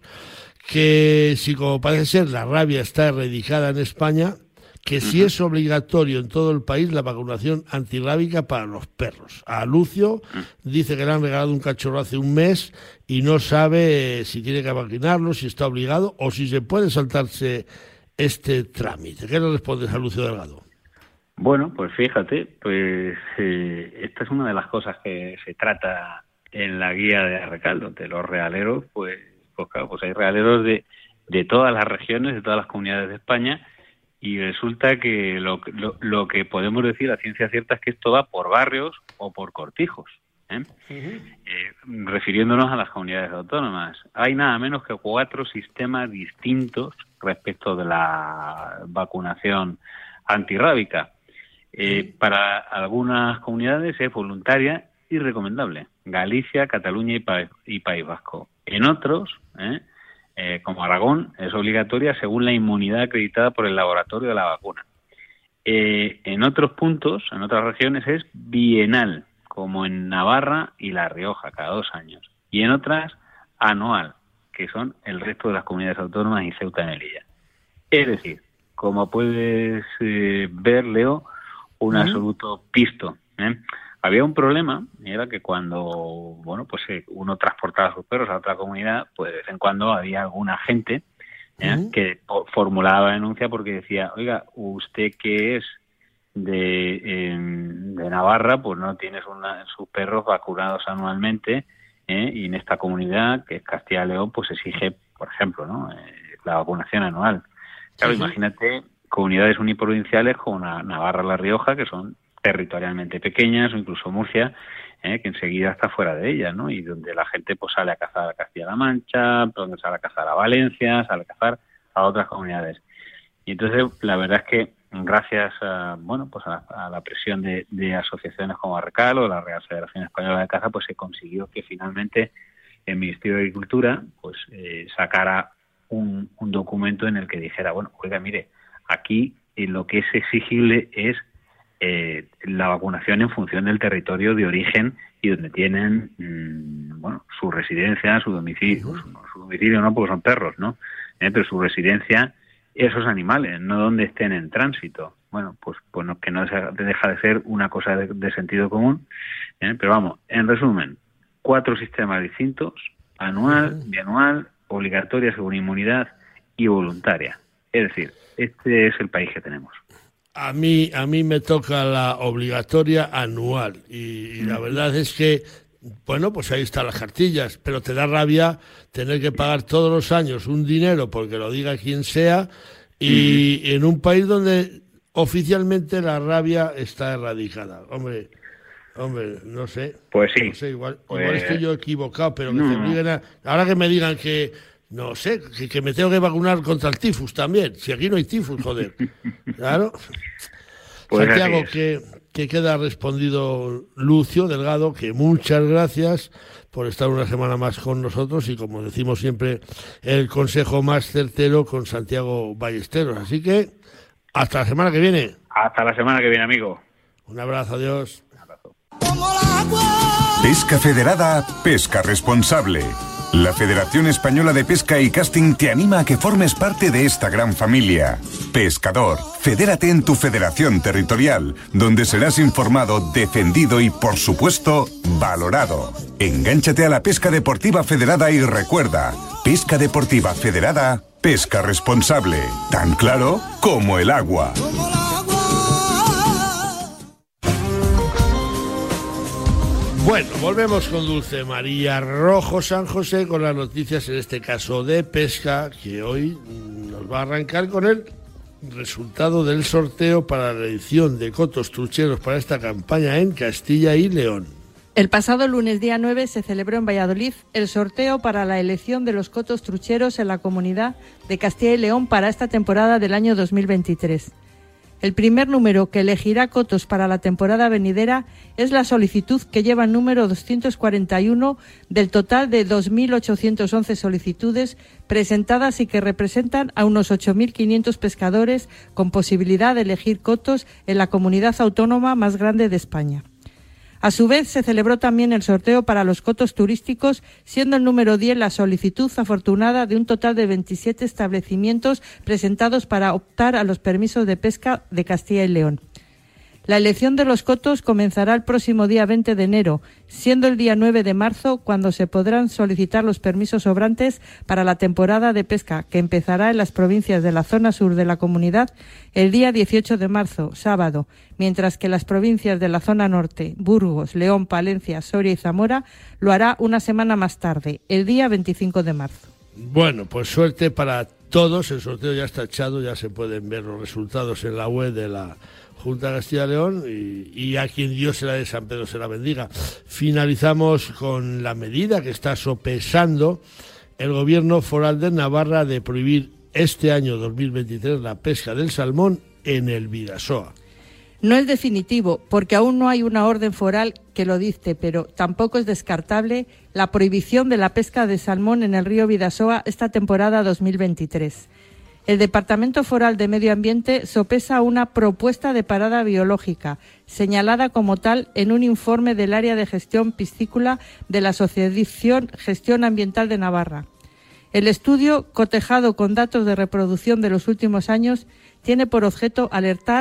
que si como parece ser la rabia está erradicada en España, que si es obligatorio en todo el país la vacunación antirrábica para los perros. A Lucio dice que le han regalado un cachorro hace un mes y no sabe si tiene que vacunarlo, si está obligado o si se puede saltarse este trámite. ¿Qué le respondes a Lucio Delgado? Bueno, pues fíjate, pues eh, esta es una de las cosas que se trata en la guía de Arrecaldo, de los realeros, pues, pues claro, pues hay realeros de, de todas las regiones, de todas las comunidades de España. Y resulta que lo, lo, lo que podemos decir a ciencia cierta es que esto va por barrios o por cortijos, ¿eh? Uh-huh. Eh, refiriéndonos a las comunidades autónomas. Hay nada menos que cuatro sistemas distintos respecto de la vacunación antirrábica. Eh, uh-huh. Para algunas comunidades es voluntaria y recomendable. Galicia, Cataluña y, pa- y País Vasco. En otros, ¿eh? Eh, como Aragón, es obligatoria según la inmunidad acreditada por el laboratorio de la vacuna. Eh, en otros puntos, en otras regiones, es bienal, como en Navarra y La Rioja, cada dos años. Y en otras, anual, que son el resto de las comunidades autónomas y Ceuta y Melilla. Es decir, como puedes eh, ver, Leo, un uh-huh. absoluto pisto ¿eh? Había un problema, y era que cuando, bueno, pues uno transportaba a sus perros a otra comunidad, pues de vez en cuando había alguna gente ¿eh? uh-huh. que formulaba denuncia porque decía, oiga, usted que es de, eh, de Navarra, pues no tienes una, sus perros vacunados anualmente, ¿eh? Y en esta comunidad, que es Castilla y León, pues exige, por ejemplo, ¿no? Eh, la vacunación anual. Claro, uh-huh. imagínate comunidades uniprovinciales como Navarra, La Rioja, que son territorialmente pequeñas, o incluso Murcia, eh, que enseguida está fuera de ella, ¿no? Y donde la gente pues sale a cazar a Castilla-La Mancha, donde sale a cazar a Valencia, sale a cazar a otras comunidades. Y entonces la verdad es que gracias a, bueno, pues a, a la presión de, de asociaciones como Arrecal o la Real Federación Española de Caza, pues se consiguió que finalmente el Ministerio de Agricultura pues eh, sacara un, un documento en el que dijera, bueno, oiga, mire, aquí eh, lo que es exigible es Eh, la vacunación en función del territorio de origen y donde tienen mmm, bueno, su residencia, su domicilio, uh-huh. su, su domicilio no porque son perros, ¿no? Eh, pero su residencia, esos animales, no donde estén en tránsito. Bueno, pues, pues no, que no deja de ser una cosa de, de sentido común, ¿eh? Pero vamos, en resumen, cuatro sistemas distintos, anual, uh-huh. bianual, obligatoria según inmunidad y voluntaria. Es decir, este es el país que tenemos. A mí, a mí me toca la obligatoria anual y, y la verdad es que, bueno, pues ahí están las cartillas, pero te da rabia tener que pagar todos los años un dinero porque lo diga quien sea y uh-huh. en un país donde oficialmente la rabia está erradicada. Hombre, hombre, no sé. Pues sí. No sé, igual, pues... igual estoy yo equivocado, pero que no. se obliguen a, ahora que me digan que no sé, que, que me tengo que vacunar contra el tifus también. Si aquí no hay tifus, joder. Claro. Pues Santiago, que, que queda respondido Lucio Delgado, que muchas gracias por estar una semana más con nosotros y, como decimos siempre, el consejo más certero con Santiago Ballesteros. Así que, hasta la semana que viene. Hasta la semana que viene, amigo. Un abrazo, adiós. Un abrazo. Pesca Federada, pesca responsable. La Federación Española de Pesca y Casting te anima a que formes parte de esta gran familia. Pescador, fedérate en tu federación territorial, donde serás informado, defendido y, por supuesto, valorado. Engánchate a la pesca deportiva federada y recuerda, pesca deportiva federada, pesca responsable, tan claro como el agua. Bueno, volvemos con Dulce María Rojo San José con las noticias, en este caso de pesca, que hoy nos va a arrancar con el resultado del sorteo para la edición de cotos trucheros para esta campaña en Castilla y León. El pasado lunes día nueve se celebró en Valladolid el sorteo para la elección de los cotos trucheros en la comunidad de Castilla y León para esta temporada del año dos mil veintitrés. El primer número que elegirá cotos para la temporada venidera es la solicitud, que lleva el número doscientos cuarenta y uno del total de dos mil ochocientas once solicitudes presentadas y que representan a unos ocho mil quinientos pescadores con posibilidad de elegir cotos en la comunidad autónoma más grande de España. A su vez, se celebró también el sorteo para los cotos turísticos, siendo el número diez la solicitud afortunada de un total de veintisiete establecimientos presentados para optar a los permisos de pesca de Castilla y León. La elección de los cotos comenzará el próximo día veinte de enero, siendo el día nueve de marzo cuando se podrán solicitar los permisos sobrantes para la temporada de pesca, que empezará en las provincias de la zona sur de la comunidad el día dieciocho de marzo, sábado, mientras que las provincias de la zona norte, Burgos, León, Palencia, Soria y Zamora, lo hará una semana más tarde, el día veinticinco de marzo. Bueno, pues suerte para todos. El sorteo ya está echado, ya se pueden ver los resultados en la web de la Junta de Castilla y León, y, y a quien Dios se la de San Pedro se la bendiga. Finalizamos con la medida que está sopesando el gobierno foral de Navarra de prohibir este año dos mil veintitrés la pesca del salmón en el Bidasoa. No es definitivo, porque aún no hay una orden foral que lo dicte, pero tampoco es descartable la prohibición de la pesca de salmón en el río Bidasoa esta temporada dos mil veintitrés. El Departamento Foral de Medio Ambiente sopesa una propuesta de parada biológica, señalada como tal en un informe del área de gestión piscícola de la Asociación Gestión Ambiental de Navarra. El estudio, cotejado con datos de reproducción de los últimos años, tiene por objeto alertar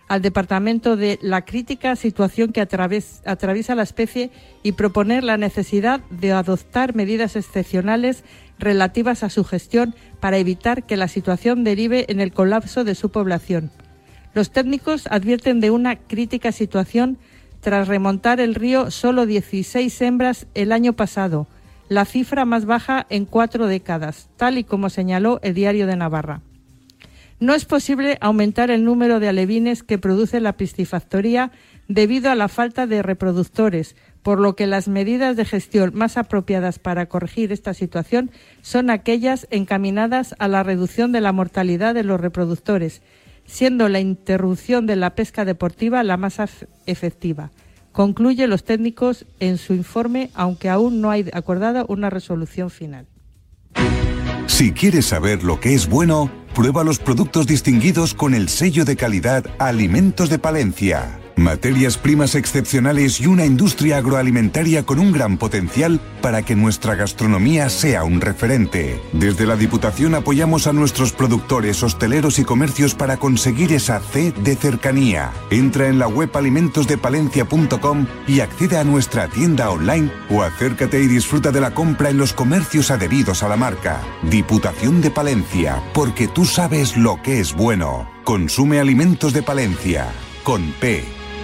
al Departamento de la crítica situación que atraves, atraviesa la especie y proponer la necesidad de adoptar medidas excepcionales relativas a su gestión para evitar que la situación derive en el colapso de su población. Los técnicos advierten de una crítica situación tras remontar el río solo dieciséis hembras el año pasado, la cifra más baja en cuatro décadas, tal y como señaló el Diario de Navarra. No es posible aumentar el número de alevines que produce la piscifactoría debido a la falta de reproductores, por lo que las medidas de gestión más apropiadas para corregir esta situación son aquellas encaminadas a la reducción de la mortalidad de los reproductores, siendo la interrupción de la pesca deportiva la más efectiva. Concluye los técnicos en su informe, aunque aún no hay acordada una resolución final. Si quieres saber lo que es bueno, prueba los productos distinguidos con el sello de calidad Alimentos de Palencia. Materias primas excepcionales y una industria agroalimentaria con un gran potencial para que nuestra gastronomía sea un referente. Desde la Diputación apoyamos a nuestros productores, hosteleros y comercios para conseguir esa C de cercanía. Entra en la web alimentos de palencia punto com y accede a nuestra tienda online o acércate y disfruta de la compra en los comercios adheridos a la marca. Diputación de Palencia, porque tú sabes lo que es bueno. Consume Alimentos de Palencia, con P.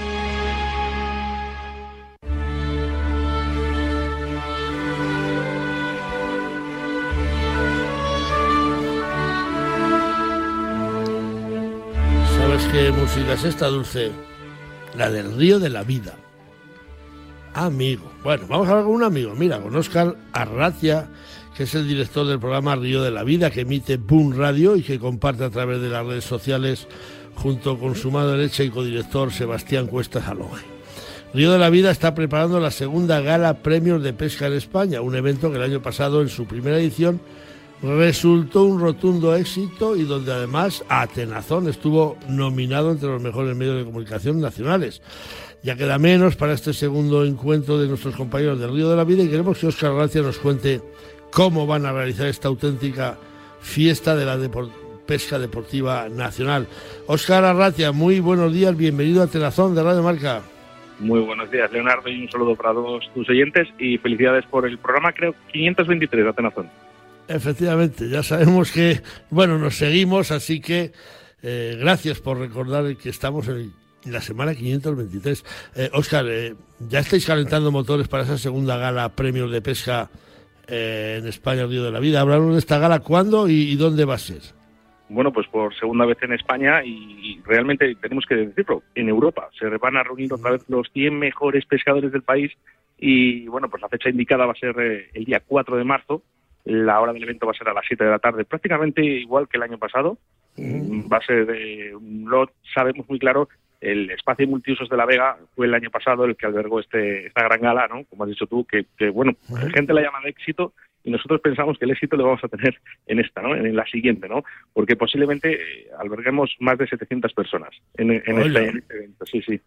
¿Qué música es esta, Dulce? La del Río de la Vida. Amigo. Bueno, vamos a hablar con un amigo. Mira, con Óscar Arratia, que es el director del programa Río de la Vida, que emite Boom Radio y que comparte a través de las redes sociales junto con su mano derecha y codirector Sebastián Cuestas Aloje. Río de la Vida está preparando la segunda gala Premios de Pesca en España, un evento que el año pasado, en su primera edición, resultó un rotundo éxito y donde además Atenazón estuvo nominado entre los mejores medios de comunicación nacionales. Ya queda menos para este segundo encuentro de nuestros compañeros del Río de la Vida y queremos que Óscar Arratia nos cuente cómo van a realizar esta auténtica fiesta de la depor- pesca deportiva nacional. Óscar Arratia, muy buenos días, bienvenido a Atenazón de Radio Marca. Muy buenos días, Leonardo, y un saludo para todos tus oyentes y felicidades por el programa, creo, quinientos veintitrés de Atenazón. Efectivamente, ya sabemos que, bueno, nos seguimos, así que eh, gracias por recordar que estamos en la semana quinientos veintitrés. Eh, Óscar, eh, ¿ya estáis calentando motores para esa segunda gala Premios de Pesca eh, en España, Río de la Vida? Hablaron de esta gala, ¿cuándo y, y dónde va a ser? Bueno, pues por segunda vez en España y realmente tenemos que decirlo, en Europa. Se van a reunir otra vez los cien mejores pescadores del país y, bueno, pues la fecha indicada va a ser eh, el día cuatro de marzo. La hora del evento va a ser a las siete de la tarde, prácticamente igual que el año pasado. Mm. Va a ser, de, lo sabemos muy claro, el espacio multiusos de La Vega fue el año pasado el que albergó este esta gran gala, ¿no? Como has dicho tú, que, que bueno, la uh-huh. gente la llama de éxito y nosotros pensamos que el éxito lo vamos a tener en esta, ¿no? En la siguiente, ¿no? Porque posiblemente eh, alberguemos más de setecientas personas en, en, este, en este evento, sí, sí.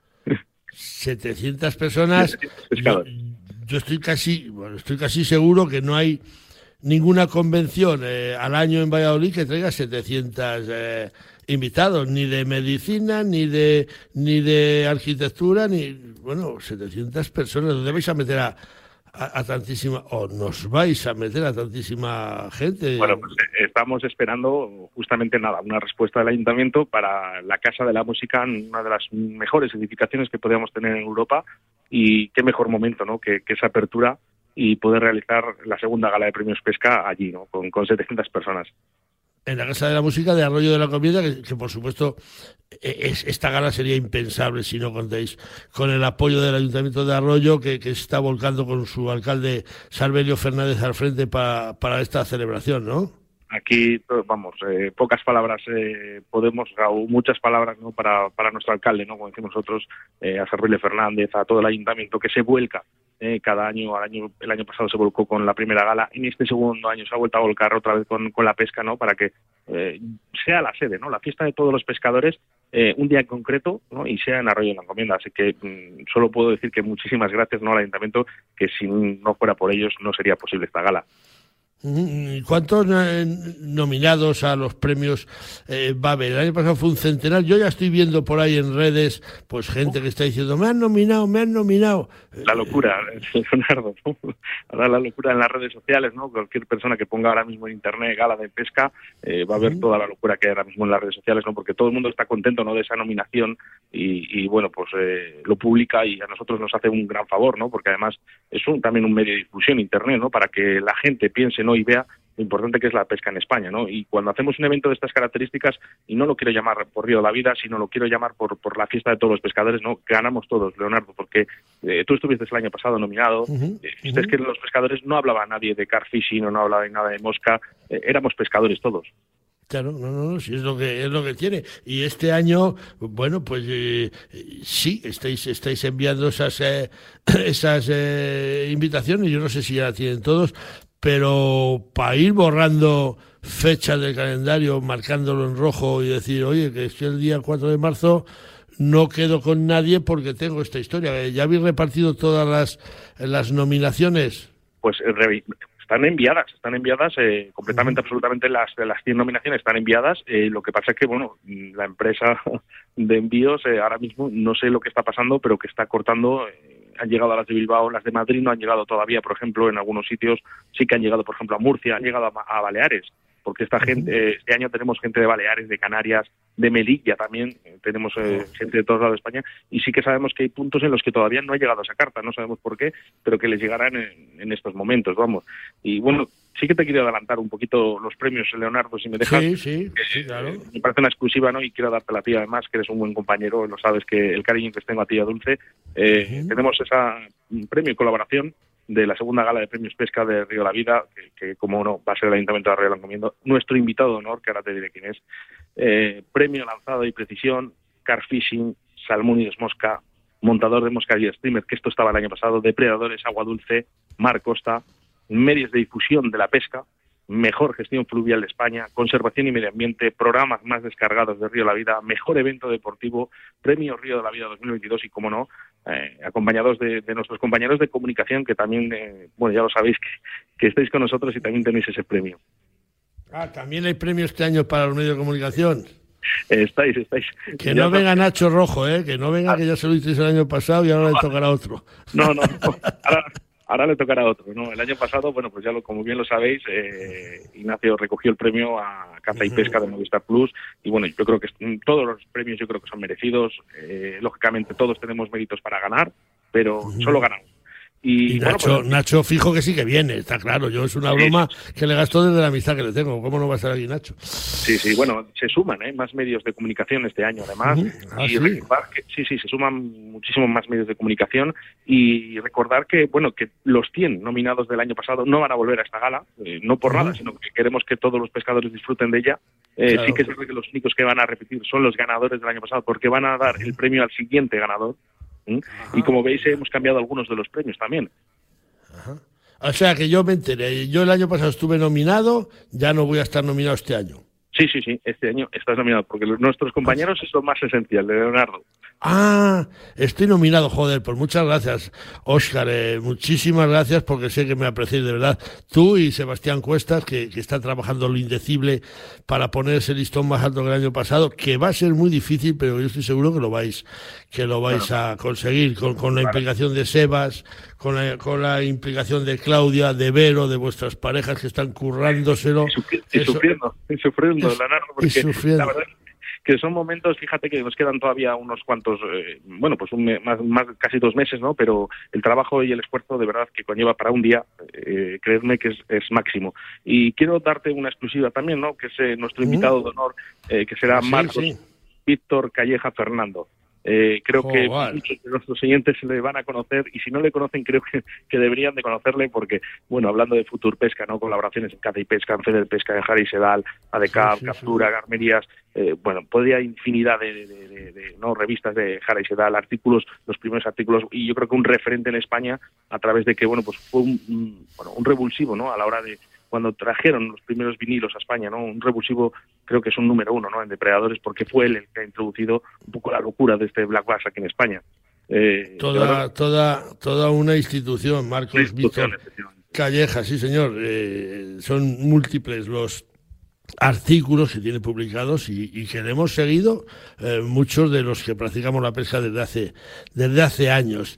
setecientas personas. Yo, yo estoy casi, bueno, estoy casi seguro que no hay ninguna convención eh, al año en Valladolid que traiga setecientos eh, invitados, ni de medicina, ni de ni de arquitectura, ni, bueno, setecientas personas. ¿Dónde vais a meter a, a, a tantísima, o nos vais a meter a tantísima gente? Bueno, pues estamos esperando justamente nada, una respuesta del Ayuntamiento para la Casa de la Música, una de las mejores edificaciones que podríamos tener en Europa, y qué mejor momento, ¿no?, que, que esa apertura y poder realizar la segunda gala de premios pesca allí, ¿no?, con, con setecientas personas. En la Casa de la Música de Arroyo de la Comienda, que, que por supuesto es, esta gala sería impensable si no contéis con el apoyo del Ayuntamiento de Arroyo, que, que se está volcando con su alcalde Salvelio Fernández al frente para, para esta celebración, ¿no? Aquí, vamos, eh, pocas palabras eh, podemos, o muchas palabras, ¿no?, para, para nuestro alcalde, ¿no?, como decimos nosotros, eh, a Salvelio Fernández, a todo el Ayuntamiento que se vuelca eh, cada año, al año, el año pasado se volcó con la primera gala, en este segundo año se ha vuelto a volcar otra vez con, con la pesca, ¿no?, para que eh, sea la sede, ¿no?, la fiesta de todos los pescadores, eh, un día en concreto, ¿no?, y sea en Arroyo de la Encomienda. Así que mmm, solo puedo decir que muchísimas gracias, ¿no?, al Ayuntamiento, que si no fuera por ellos no sería posible esta gala. ¿Cuántos eh, nominados a los premios eh, va a haber? El año pasado fue un centenar. Yo ya estoy viendo por ahí en redes pues gente que está diciendo, me han nominado, me han nominado. La locura, Leonardo, ¿no? Ahora la locura en las redes sociales, ¿no? Cualquier persona que ponga ahora mismo en internet gala de pesca eh, va a ver toda la locura que hay ahora mismo en las redes sociales, ¿no? Porque todo el mundo está contento, ¿no?, de esa nominación y, y bueno, pues eh, lo publica y a nosotros nos hace un gran favor, ¿no? Porque además es un, también un medio de difusión, internet, ¿no? Para que la gente piense, ¿no?, y vea lo importante que es la pesca en España, ¿no? Y cuando hacemos un evento de estas características, y no lo quiero llamar por Río de la Vida, sino lo quiero llamar por por la fiesta de todos los pescadores, ¿no? Ganamos todos, Leonardo, porque eh, tú estuviste el año pasado nominado, uh-huh, eh, uh-huh. Es que los pescadores no hablaba nadie de carp fishing, o no hablaba de nada de mosca, eh, éramos pescadores todos. Claro, no, no, no, sí es lo que es lo que tiene. Y este año, bueno, pues eh, sí, estáis estáis enviando esas eh, esas eh, invitaciones. Yo no sé si ya la tienen todos, pero para ir borrando fechas del calendario, marcándolo en rojo y decir, oye, que es el día cuatro de marzo no quedo con nadie porque tengo esta historia. ¿Ya habéis repartido todas las las nominaciones? Pues eh, están enviadas, están enviadas eh, completamente, uh-huh. absolutamente las de las cien nominaciones están enviadas. Eh, lo que pasa es que, bueno, la empresa de envíos eh, ahora mismo no sé lo que está pasando, pero que está cortando. Eh, han llegado a las de Bilbao, las de Madrid no han llegado todavía, por ejemplo, en algunos sitios sí que han llegado, por ejemplo, a Murcia, han llegado a, a Baleares, porque esta uh-huh. gente, eh, este año tenemos gente de Baleares, de Canarias, de Melilla también, eh, tenemos eh, uh-huh. gente de todos lados de España, y sí que sabemos que hay puntos en los que todavía no ha llegado esa carta, no sabemos por qué, pero que les llegarán en, en estos momentos, vamos. Y bueno, sí que te quiero adelantar un poquito los premios, Leonardo, si me dejas. Sí, sí, eh, sí, claro. Eh, me parece una exclusiva, ¿no? Y quiero darte a ti, además, que eres un buen compañero, lo sabes, que el cariño que tengo a ti, a Dulce. Eh, uh-huh. Tenemos esa un premio y colaboración de la segunda gala de premios pesca de Río de la Vida, que, que como no, va a ser el Ayuntamiento de Arroyo de la Encomienda. Nuestro invitado de honor, que ahora te diré quién es. Eh, premio lanzado y precisión, carp fishing, salmón y desmosca, montador de mosca y streamer, que esto estaba el año pasado, depredadores, agua dulce, mar costa, medios de difusión de la pesca, mejor gestión fluvial de España, conservación y medio ambiente, programas más descargados de Río de la Vida, mejor evento deportivo, premio Río de la Vida dos mil veintidós y, como no, eh, acompañados de, de nuestros compañeros de comunicación que también, eh, bueno, ya lo sabéis, que, que estáis con nosotros y también tenéis ese premio. Ah, también hay premio este año para los medios de comunicación. Eh, estáis, estáis. Que no venga Nacho Rojo, ¿eh? Que no venga, que ya se lo hicisteis el año pasado y ahora le tocará otro. No, no, no. Ahora... Ahora le tocará otro, ¿no? El año pasado, bueno, pues ya lo, como bien lo sabéis, eh, Ignacio recogió el premio a Caza y Pesca de Movistar Plus y bueno, yo creo que todos los premios yo creo que son merecidos. Eh, lógicamente todos tenemos méritos para ganar, pero solo ganamos. Y, y bueno, Nacho, pues, Nacho fijo que sí que viene, está claro. Yo es una broma sí, que le gasto desde la amistad que le tengo. ¿Cómo no va a estar aquí Nacho? Sí, sí, bueno, se suman ¿eh? más medios de comunicación este año, además. Uh-huh. Ah, y ¿sí? recordar que sí, sí, se suman muchísimos más medios de comunicación y recordar que, bueno, que los cien nominados del año pasado no van a volver a esta gala, eh, no por uh-huh. nada, sino que queremos que todos los pescadores disfruten de ella. Eh, claro. Sí que es verdad que los únicos que van a repetir son los ganadores del año pasado, porque van a dar el premio al siguiente ganador. ¿Mm? Y como veis, hemos cambiado algunos de los premios también. Ajá. O sea que yo me enteré, yo el año pasado estuve nominado, ya no voy a estar nominado este año. Sí, sí, sí, este año estás nominado, porque los, nuestros compañeros es lo más esencial, de Leonardo. Ah, estoy nominado, joder, pues muchas gracias, Óscar, eh, muchísimas gracias, porque sé que me apreciáis de verdad. Tú y Sebastián Cuestas, que, que están trabajando lo indecible para poner ese listón más alto que el año pasado, que va a ser muy difícil, pero yo estoy seguro que lo vais, que lo vais bueno, a conseguir, con, con la vale. implicación de Sebas, con la, con la implicación de Claudia, de Vero, de vuestras parejas que están currándoselo. Y, sufri- y Eso, sufriendo, y sufriendo, es, Leonardo, porque y sufriendo. la verdad que son momentos, fíjate que nos quedan todavía unos cuantos, eh, bueno, pues un, más, más casi dos meses, ¿no? Pero el trabajo y el esfuerzo de verdad que conlleva para un día, eh, creedme que es, es máximo. Y quiero darte una exclusiva también, ¿no? Que es eh, nuestro invitado de honor, eh, que será sí, Marcos sí. Víctor Calleja Fernando. Eh, creo oh, que vale. muchos de nuestros oyentes le van a conocer y si no le conocen creo que, que deberían de conocerle porque, bueno, hablando de Futur Pesca, ¿no? Colaboraciones en Caza y Pesca, en Feder Pesca, en Jara y Sedal, ADECAP, sí, sí, Captura, sí. Garmerías, eh, bueno, podría infinidad de, de, de, de, de no revistas de Jara y Sedal, artículos, los primeros artículos y yo creo que un referente en España a través de que, bueno, pues fue un, un, bueno, un revulsivo, ¿no? A la hora de cuando trajeron los primeros vinilos a España, ¿no? Un revulsivo, creo que es un número uno, ¿no? En depredadores, porque fue él el que ha introducido un poco la locura de este black bass aquí en España. Eh, toda, toda, toda una institución, Marcos Víctor. Calleja, sí señor, eh, son múltiples los artículos que tiene publicados y, y que le hemos seguido eh, muchos de los que practicamos la pesca desde hace desde hace años.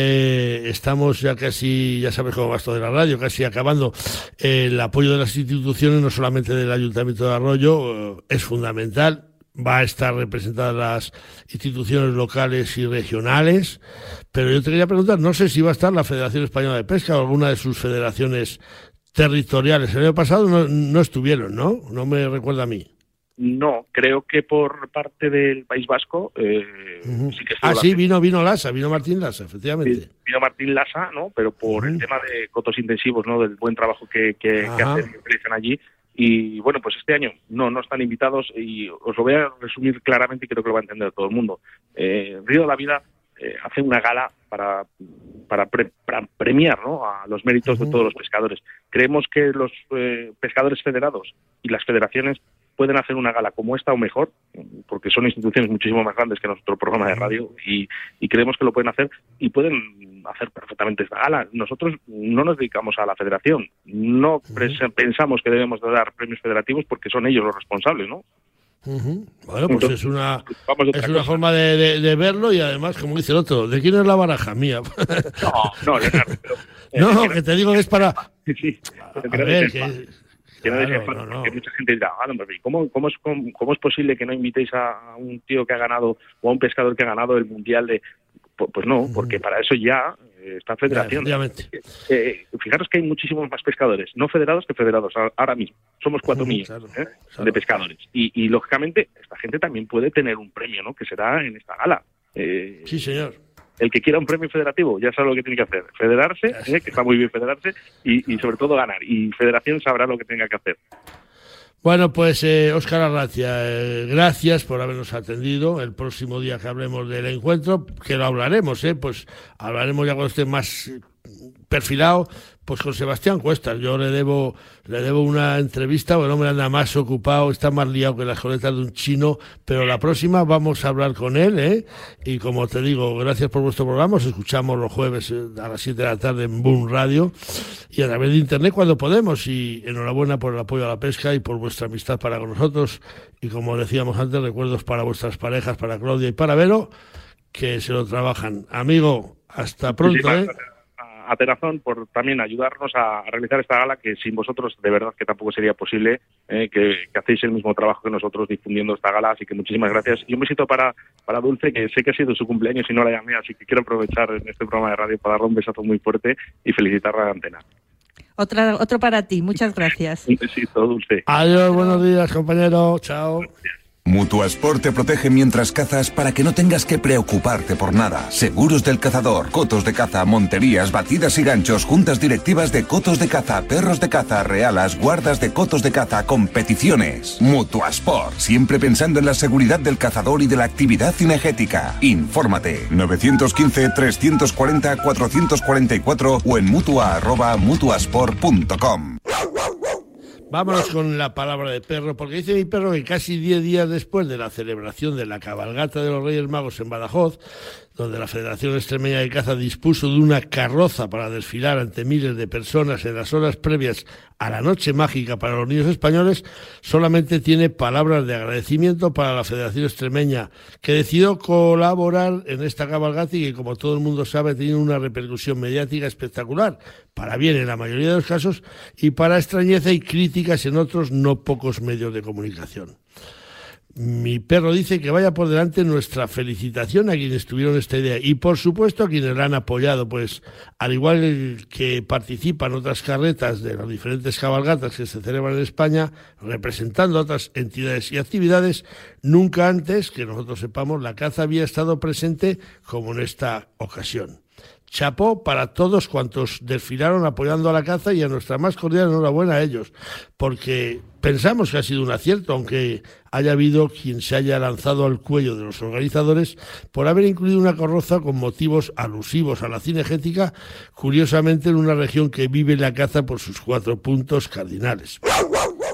Eh, estamos ya casi, ya sabes cómo va esto de la radio, casi acabando. Eh, el apoyo de las instituciones, no solamente del Ayuntamiento de Arroyo, eh, es fundamental. Va a estar representadas las instituciones locales y regionales, pero yo te quería preguntar, no sé si va a estar la Federación Española de Pesca o alguna de sus federaciones territoriales. El año pasado no, no estuvieron, ¿no? No me recuerda a mí. No, creo que por parte del País Vasco eh, uh-huh. sí que estuvo. Ah, sí, vino, vino Lasa, vino Martín Lasa, efectivamente. Sí, vino Martín Lasa, ¿no? Pero por uh-huh. el tema de cotos intensivos, ¿no? Del buen trabajo que, que, que hacen, que realizan allí. Y bueno, pues este año no, no están invitados y os lo voy a resumir claramente y creo que lo va a entender todo el mundo. Eh, Río de la Vida eh, hace una gala para, para, pre, para premiar, ¿no?, a los méritos uh-huh. de todos los pescadores. Creemos que los eh, pescadores federados y las federaciones pueden hacer una gala como esta o mejor, porque son instituciones muchísimo más grandes que nuestro programa de radio y, y creemos que lo pueden hacer y pueden hacer perfectamente esta gala. Nosotros no nos dedicamos a la federación, no uh-huh. pensamos que debemos de dar premios federativos porque son ellos los responsables, ¿no? Uh-huh. Bueno, pues Entonces, es una es una forma de, de, de verlo y además, como dice el otro, ¿de quién es la baraja? Mía. No, no, Leonardo. Pero, eh, no, que, que te digo que es para... Sí, a, a ver, que... Que, claro, no, no, no. que mucha gente dirá, ah, no, ¿cómo, cómo, es, cómo, ¿cómo es posible que no invitéis a un tío que ha ganado o a un pescador que ha ganado el Mundial de...? Pues no, porque para eso ya está Federación. Eh, fijaros que hay muchísimos más pescadores, no federados que federados, ahora mismo. Somos cuatro millones claro, ¿eh? claro. de pescadores. Y, y, lógicamente, esta gente también puede tener un premio, ¿no?, que será en esta gala. Eh, sí, señor. El que quiera un premio federativo ya sabe lo que tiene que hacer. Federarse, ¿eh?, que está muy bien federarse, y, y sobre todo ganar. Y Federación sabrá lo que tenga que hacer. Bueno, pues eh, Óscar Arratia, eh, gracias por habernos atendido. El próximo día que hablemos del encuentro, que lo hablaremos, eh, pues hablaremos ya cuando esté más perfilado, pues con Sebastián Cuestas. Yo le debo le debo una entrevista, porque el hombre anda más ocupado, está más liado que las coletas de un chino, pero la próxima vamos a hablar con él, ¿eh? Y como te digo, gracias por vuestro programa, os escuchamos los jueves a las siete de la tarde en Boom Radio y a través de internet cuando podemos, y enhorabuena por el apoyo a la pesca y por vuestra amistad para con nosotros, y como decíamos antes, recuerdos para vuestras parejas, para Claudia y para Vero, que se lo trabajan. Amigo, hasta pronto, ¿eh? A Tenazón por también ayudarnos a realizar esta gala, que sin vosotros de verdad que tampoco sería posible, eh, que, que hacéis el mismo trabajo que nosotros difundiendo esta gala, así que muchísimas gracias. Y un besito para, para Dulce, que sé que ha sido su cumpleaños y no la llamé, así que quiero aprovechar en este programa de radio para darle un besazo muy fuerte y felicitarla a la antena. Otra, otro para ti, muchas gracias. Un besito, Dulce. Adiós, buenos días, compañero, chao. Gracias. Mutuasport te protege mientras cazas para que no tengas que preocuparte por nada. Seguros del cazador, cotos de caza, monterías, batidas y ganchos, juntas directivas de cotos de caza, perros de caza, realas, guardas de cotos de caza, competiciones. Mutuasport, siempre pensando en la seguridad del cazador y de la actividad cinegética. Infórmate nueve uno cinco, tres cuatro cero, cuatro cuatro cuatro o en mutua arroba mutuasport punto com. Vámonos con la palabra de perro, porque dice mi perro que casi diez días después de la celebración de la cabalgata de los Reyes Magos en Badajoz, donde la Federación Extremeña de Caza dispuso de una carroza para desfilar ante miles de personas en las horas previas a la noche mágica para los niños españoles, solamente tiene palabras de agradecimiento para la Federación Extremeña, que decidió colaborar en esta cabalgata y que, como todo el mundo sabe, tiene una repercusión mediática espectacular, para bien en la mayoría de los casos y para extrañeza y críticas en otros no pocos medios de comunicación. Mi perro dice que vaya por delante nuestra felicitación a quienes tuvieron esta idea y, por supuesto, a quienes la han apoyado, pues al igual que participan otras carretas de las diferentes cabalgatas que se celebran en España, representando a otras entidades y actividades, nunca antes, que nosotros sepamos, la caza había estado presente como en esta ocasión. Chapó para todos cuantos desfilaron apoyando a la caza y a nuestra más cordial enhorabuena a ellos, porque pensamos que ha sido un acierto, aunque haya habido quien se haya lanzado al cuello de los organizadores por haber incluido una carroza con motivos alusivos a la cinegética, curiosamente en una región que vive la caza por sus cuatro puntos cardinales.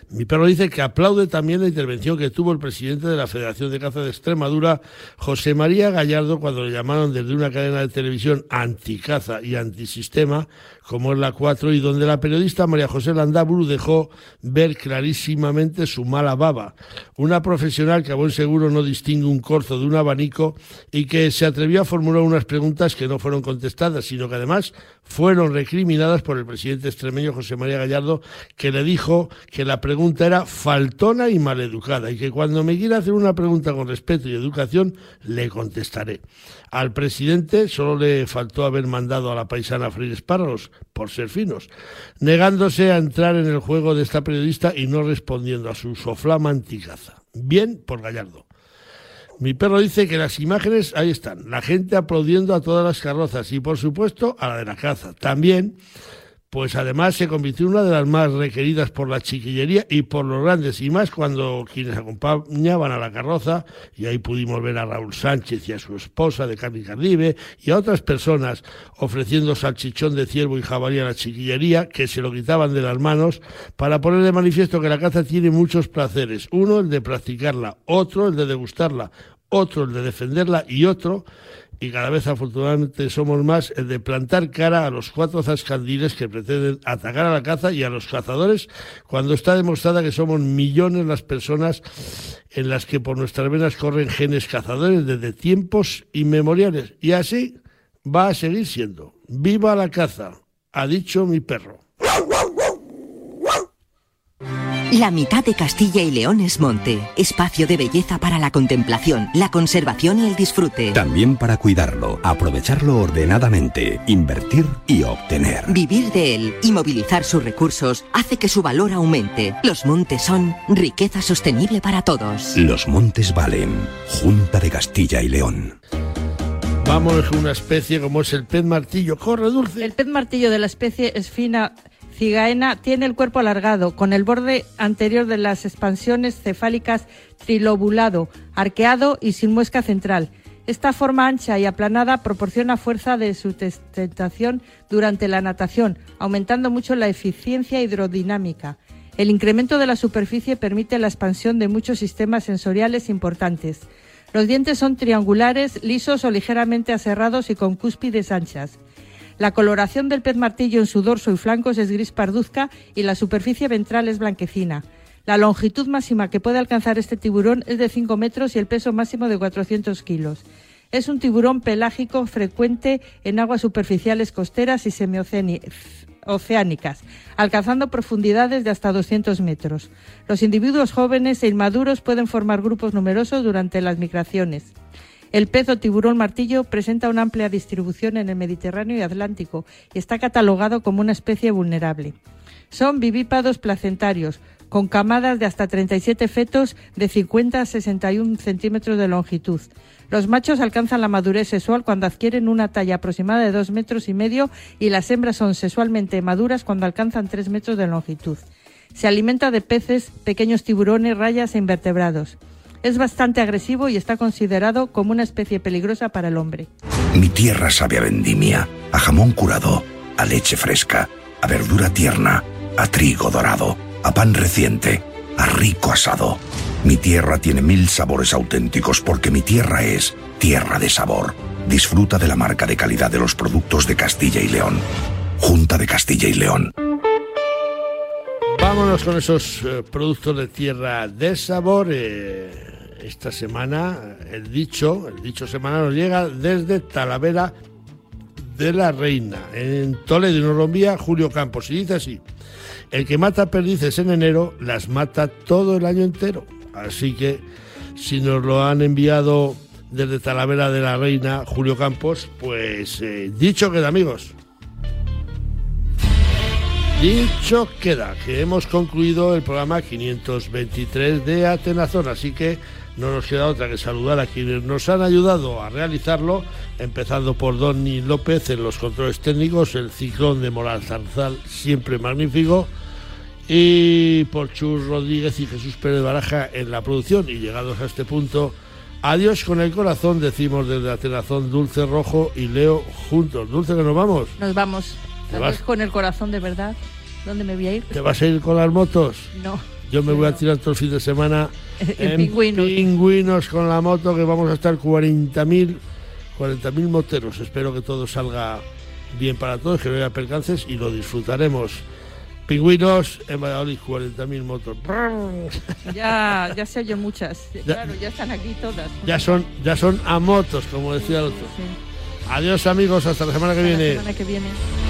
Mi perro dice que aplaude también la intervención que tuvo el presidente de la Federación de Caza de Extremadura, José María Gallardo, cuando le llamaron desde una cadena de televisión anticaza y antisistema, como es la cuatro, y donde la periodista María José Landaburu dejó ver clarísimamente su mala baba. Una profesional que a buen seguro no distingue un corzo de un abanico y que se atrevió a formular unas preguntas que no fueron contestadas, sino que además fueron recriminadas por el presidente extremeño José María Gallardo, que le dijo que la pregunta era faltona y maleducada y que cuando me quiera hacer una pregunta con respeto y educación le contestaré. Al presidente solo le faltó haber mandado a la paisana a freír espárragos, por ser finos, negándose a entrar en el juego de esta periodista y no respondiendo a su soflama anticaza. Bien por Gallardo. Mi perro dice que las imágenes, ahí están, la gente aplaudiendo a todas las carrozas y, por supuesto, a la de la caza. También, pues además se convirtió en una de las más requeridas por la chiquillería y por los grandes, y más cuando quienes acompañaban a la carroza, y ahí pudimos ver a Raúl Sánchez y a su esposa de Carni Cardive, y a otras personas ofreciendo salchichón de ciervo y jabalí a la chiquillería, que se lo quitaban de las manos, para poner de manifiesto que la caza tiene muchos placeres. Uno, el de practicarla; otro, el de degustarla; otro, el de defenderla; y otro, y cada vez afortunadamente somos más, el de plantar cara a los cuatro zascandiles que pretenden atacar a la caza y a los cazadores, cuando está demostrada que somos millones las personas en las que por nuestras venas corren genes cazadores desde tiempos inmemoriales. Y así va a seguir siendo. ¡Viva la caza!, ha dicho mi perro. La mitad de Castilla y León es monte, espacio de belleza para la contemplación, la conservación y el disfrute. También para cuidarlo, aprovecharlo ordenadamente, invertir y obtener. Vivir de él y movilizar sus recursos hace que su valor aumente. Los montes son riqueza sostenible para todos. Los montes valen. Junta de Castilla y León. Vamos con una especie como es el pez martillo. ¡Corre, Dulce! El pez martillo de la especie Esfina cigaena tiene el cuerpo alargado, con el borde anterior de las expansiones cefálicas trilobulado, arqueado y sin muesca central. Esta forma ancha y aplanada proporciona fuerza de sustentación durante la natación, aumentando mucho la eficiencia hidrodinámica. El incremento de la superficie permite la expansión de muchos sistemas sensoriales importantes. Los dientes son triangulares, lisos o ligeramente aserrados y con cúspides anchas. La coloración del pez martillo en su dorso y flancos es gris parduzca y la superficie ventral es blanquecina. La longitud máxima que puede alcanzar este tiburón es de cinco metros y el peso máximo de cuatrocientos kilos. Es un tiburón pelágico frecuente en aguas superficiales costeras y semioceánicas, alcanzando profundidades de hasta doscientos metros. Los individuos jóvenes e inmaduros pueden formar grupos numerosos durante las migraciones. El pez o tiburón martillo presenta una amplia distribución en el Mediterráneo y Atlántico y está catalogado como una especie vulnerable. Son vivípados placentarios, con camadas de hasta treinta y siete fetos de cincuenta a sesenta y uno centímetros de longitud. Los machos alcanzan la madurez sexual cuando adquieren una talla aproximada de dos metros y medio y las hembras son sexualmente maduras cuando alcanzan tres metros de longitud. Se alimenta de peces, pequeños tiburones, rayas e invertebrados. Es bastante agresivo y está considerado como una especie peligrosa para el hombre. Mi tierra sabe a vendimia, a jamón curado, a leche fresca, a verdura tierna, a trigo dorado, a pan reciente, a rico asado. Mi tierra tiene mil sabores auténticos porque mi tierra es tierra de sabor. Disfruta de la marca de calidad de los productos de Castilla y León. Junta de Castilla y León. Vámonos con esos eh, productos de tierra de sabor. Eh, esta semana el dicho, el dicho semanal nos llega desde Talavera de la Reina, en Toledo, y nos lo envía Julio Campos, y dice así: el que mata perdices en enero, las mata todo el año entero. Así que, si nos lo han enviado desde Talavera de la Reina, Julio Campos, pues eh, dicho queda, amigos. Dicho queda, que hemos concluido el programa quinientos veintitrés de Atenazón, así que no nos queda otra que saludar a quienes nos han ayudado a realizarlo, empezando por Donny López en los controles técnicos, el Ciclón de Moral Zarzal, siempre magnífico, y por Chus Rodríguez y Jesús Pérez Baraja en la producción. Y llegados a este punto, adiós con el corazón, decimos desde Atenazón, Dulce Rojo y Leo juntos. Dulce, que nos vamos. Nos vamos. ¿Te vas? Con el corazón, de verdad. ¿Dónde me voy a ir? ¿Te vas a ir con las motos? No. Yo me voy a tirar todo el fin de semana En en pingüinos. pingüinos con la moto, que vamos a estar cuarenta mil moteros. Espero que todo salga bien para todos, que no haya percances y lo disfrutaremos. Pingüinos en Valladolid, cuarenta mil motos. Ya, ya se oyen muchas. Ya. Claro, ya están aquí todas. Ya son, ya son a motos, como decía el otro. Sí. Adiós amigos, hasta la semana que Hasta la viene. semana que viene.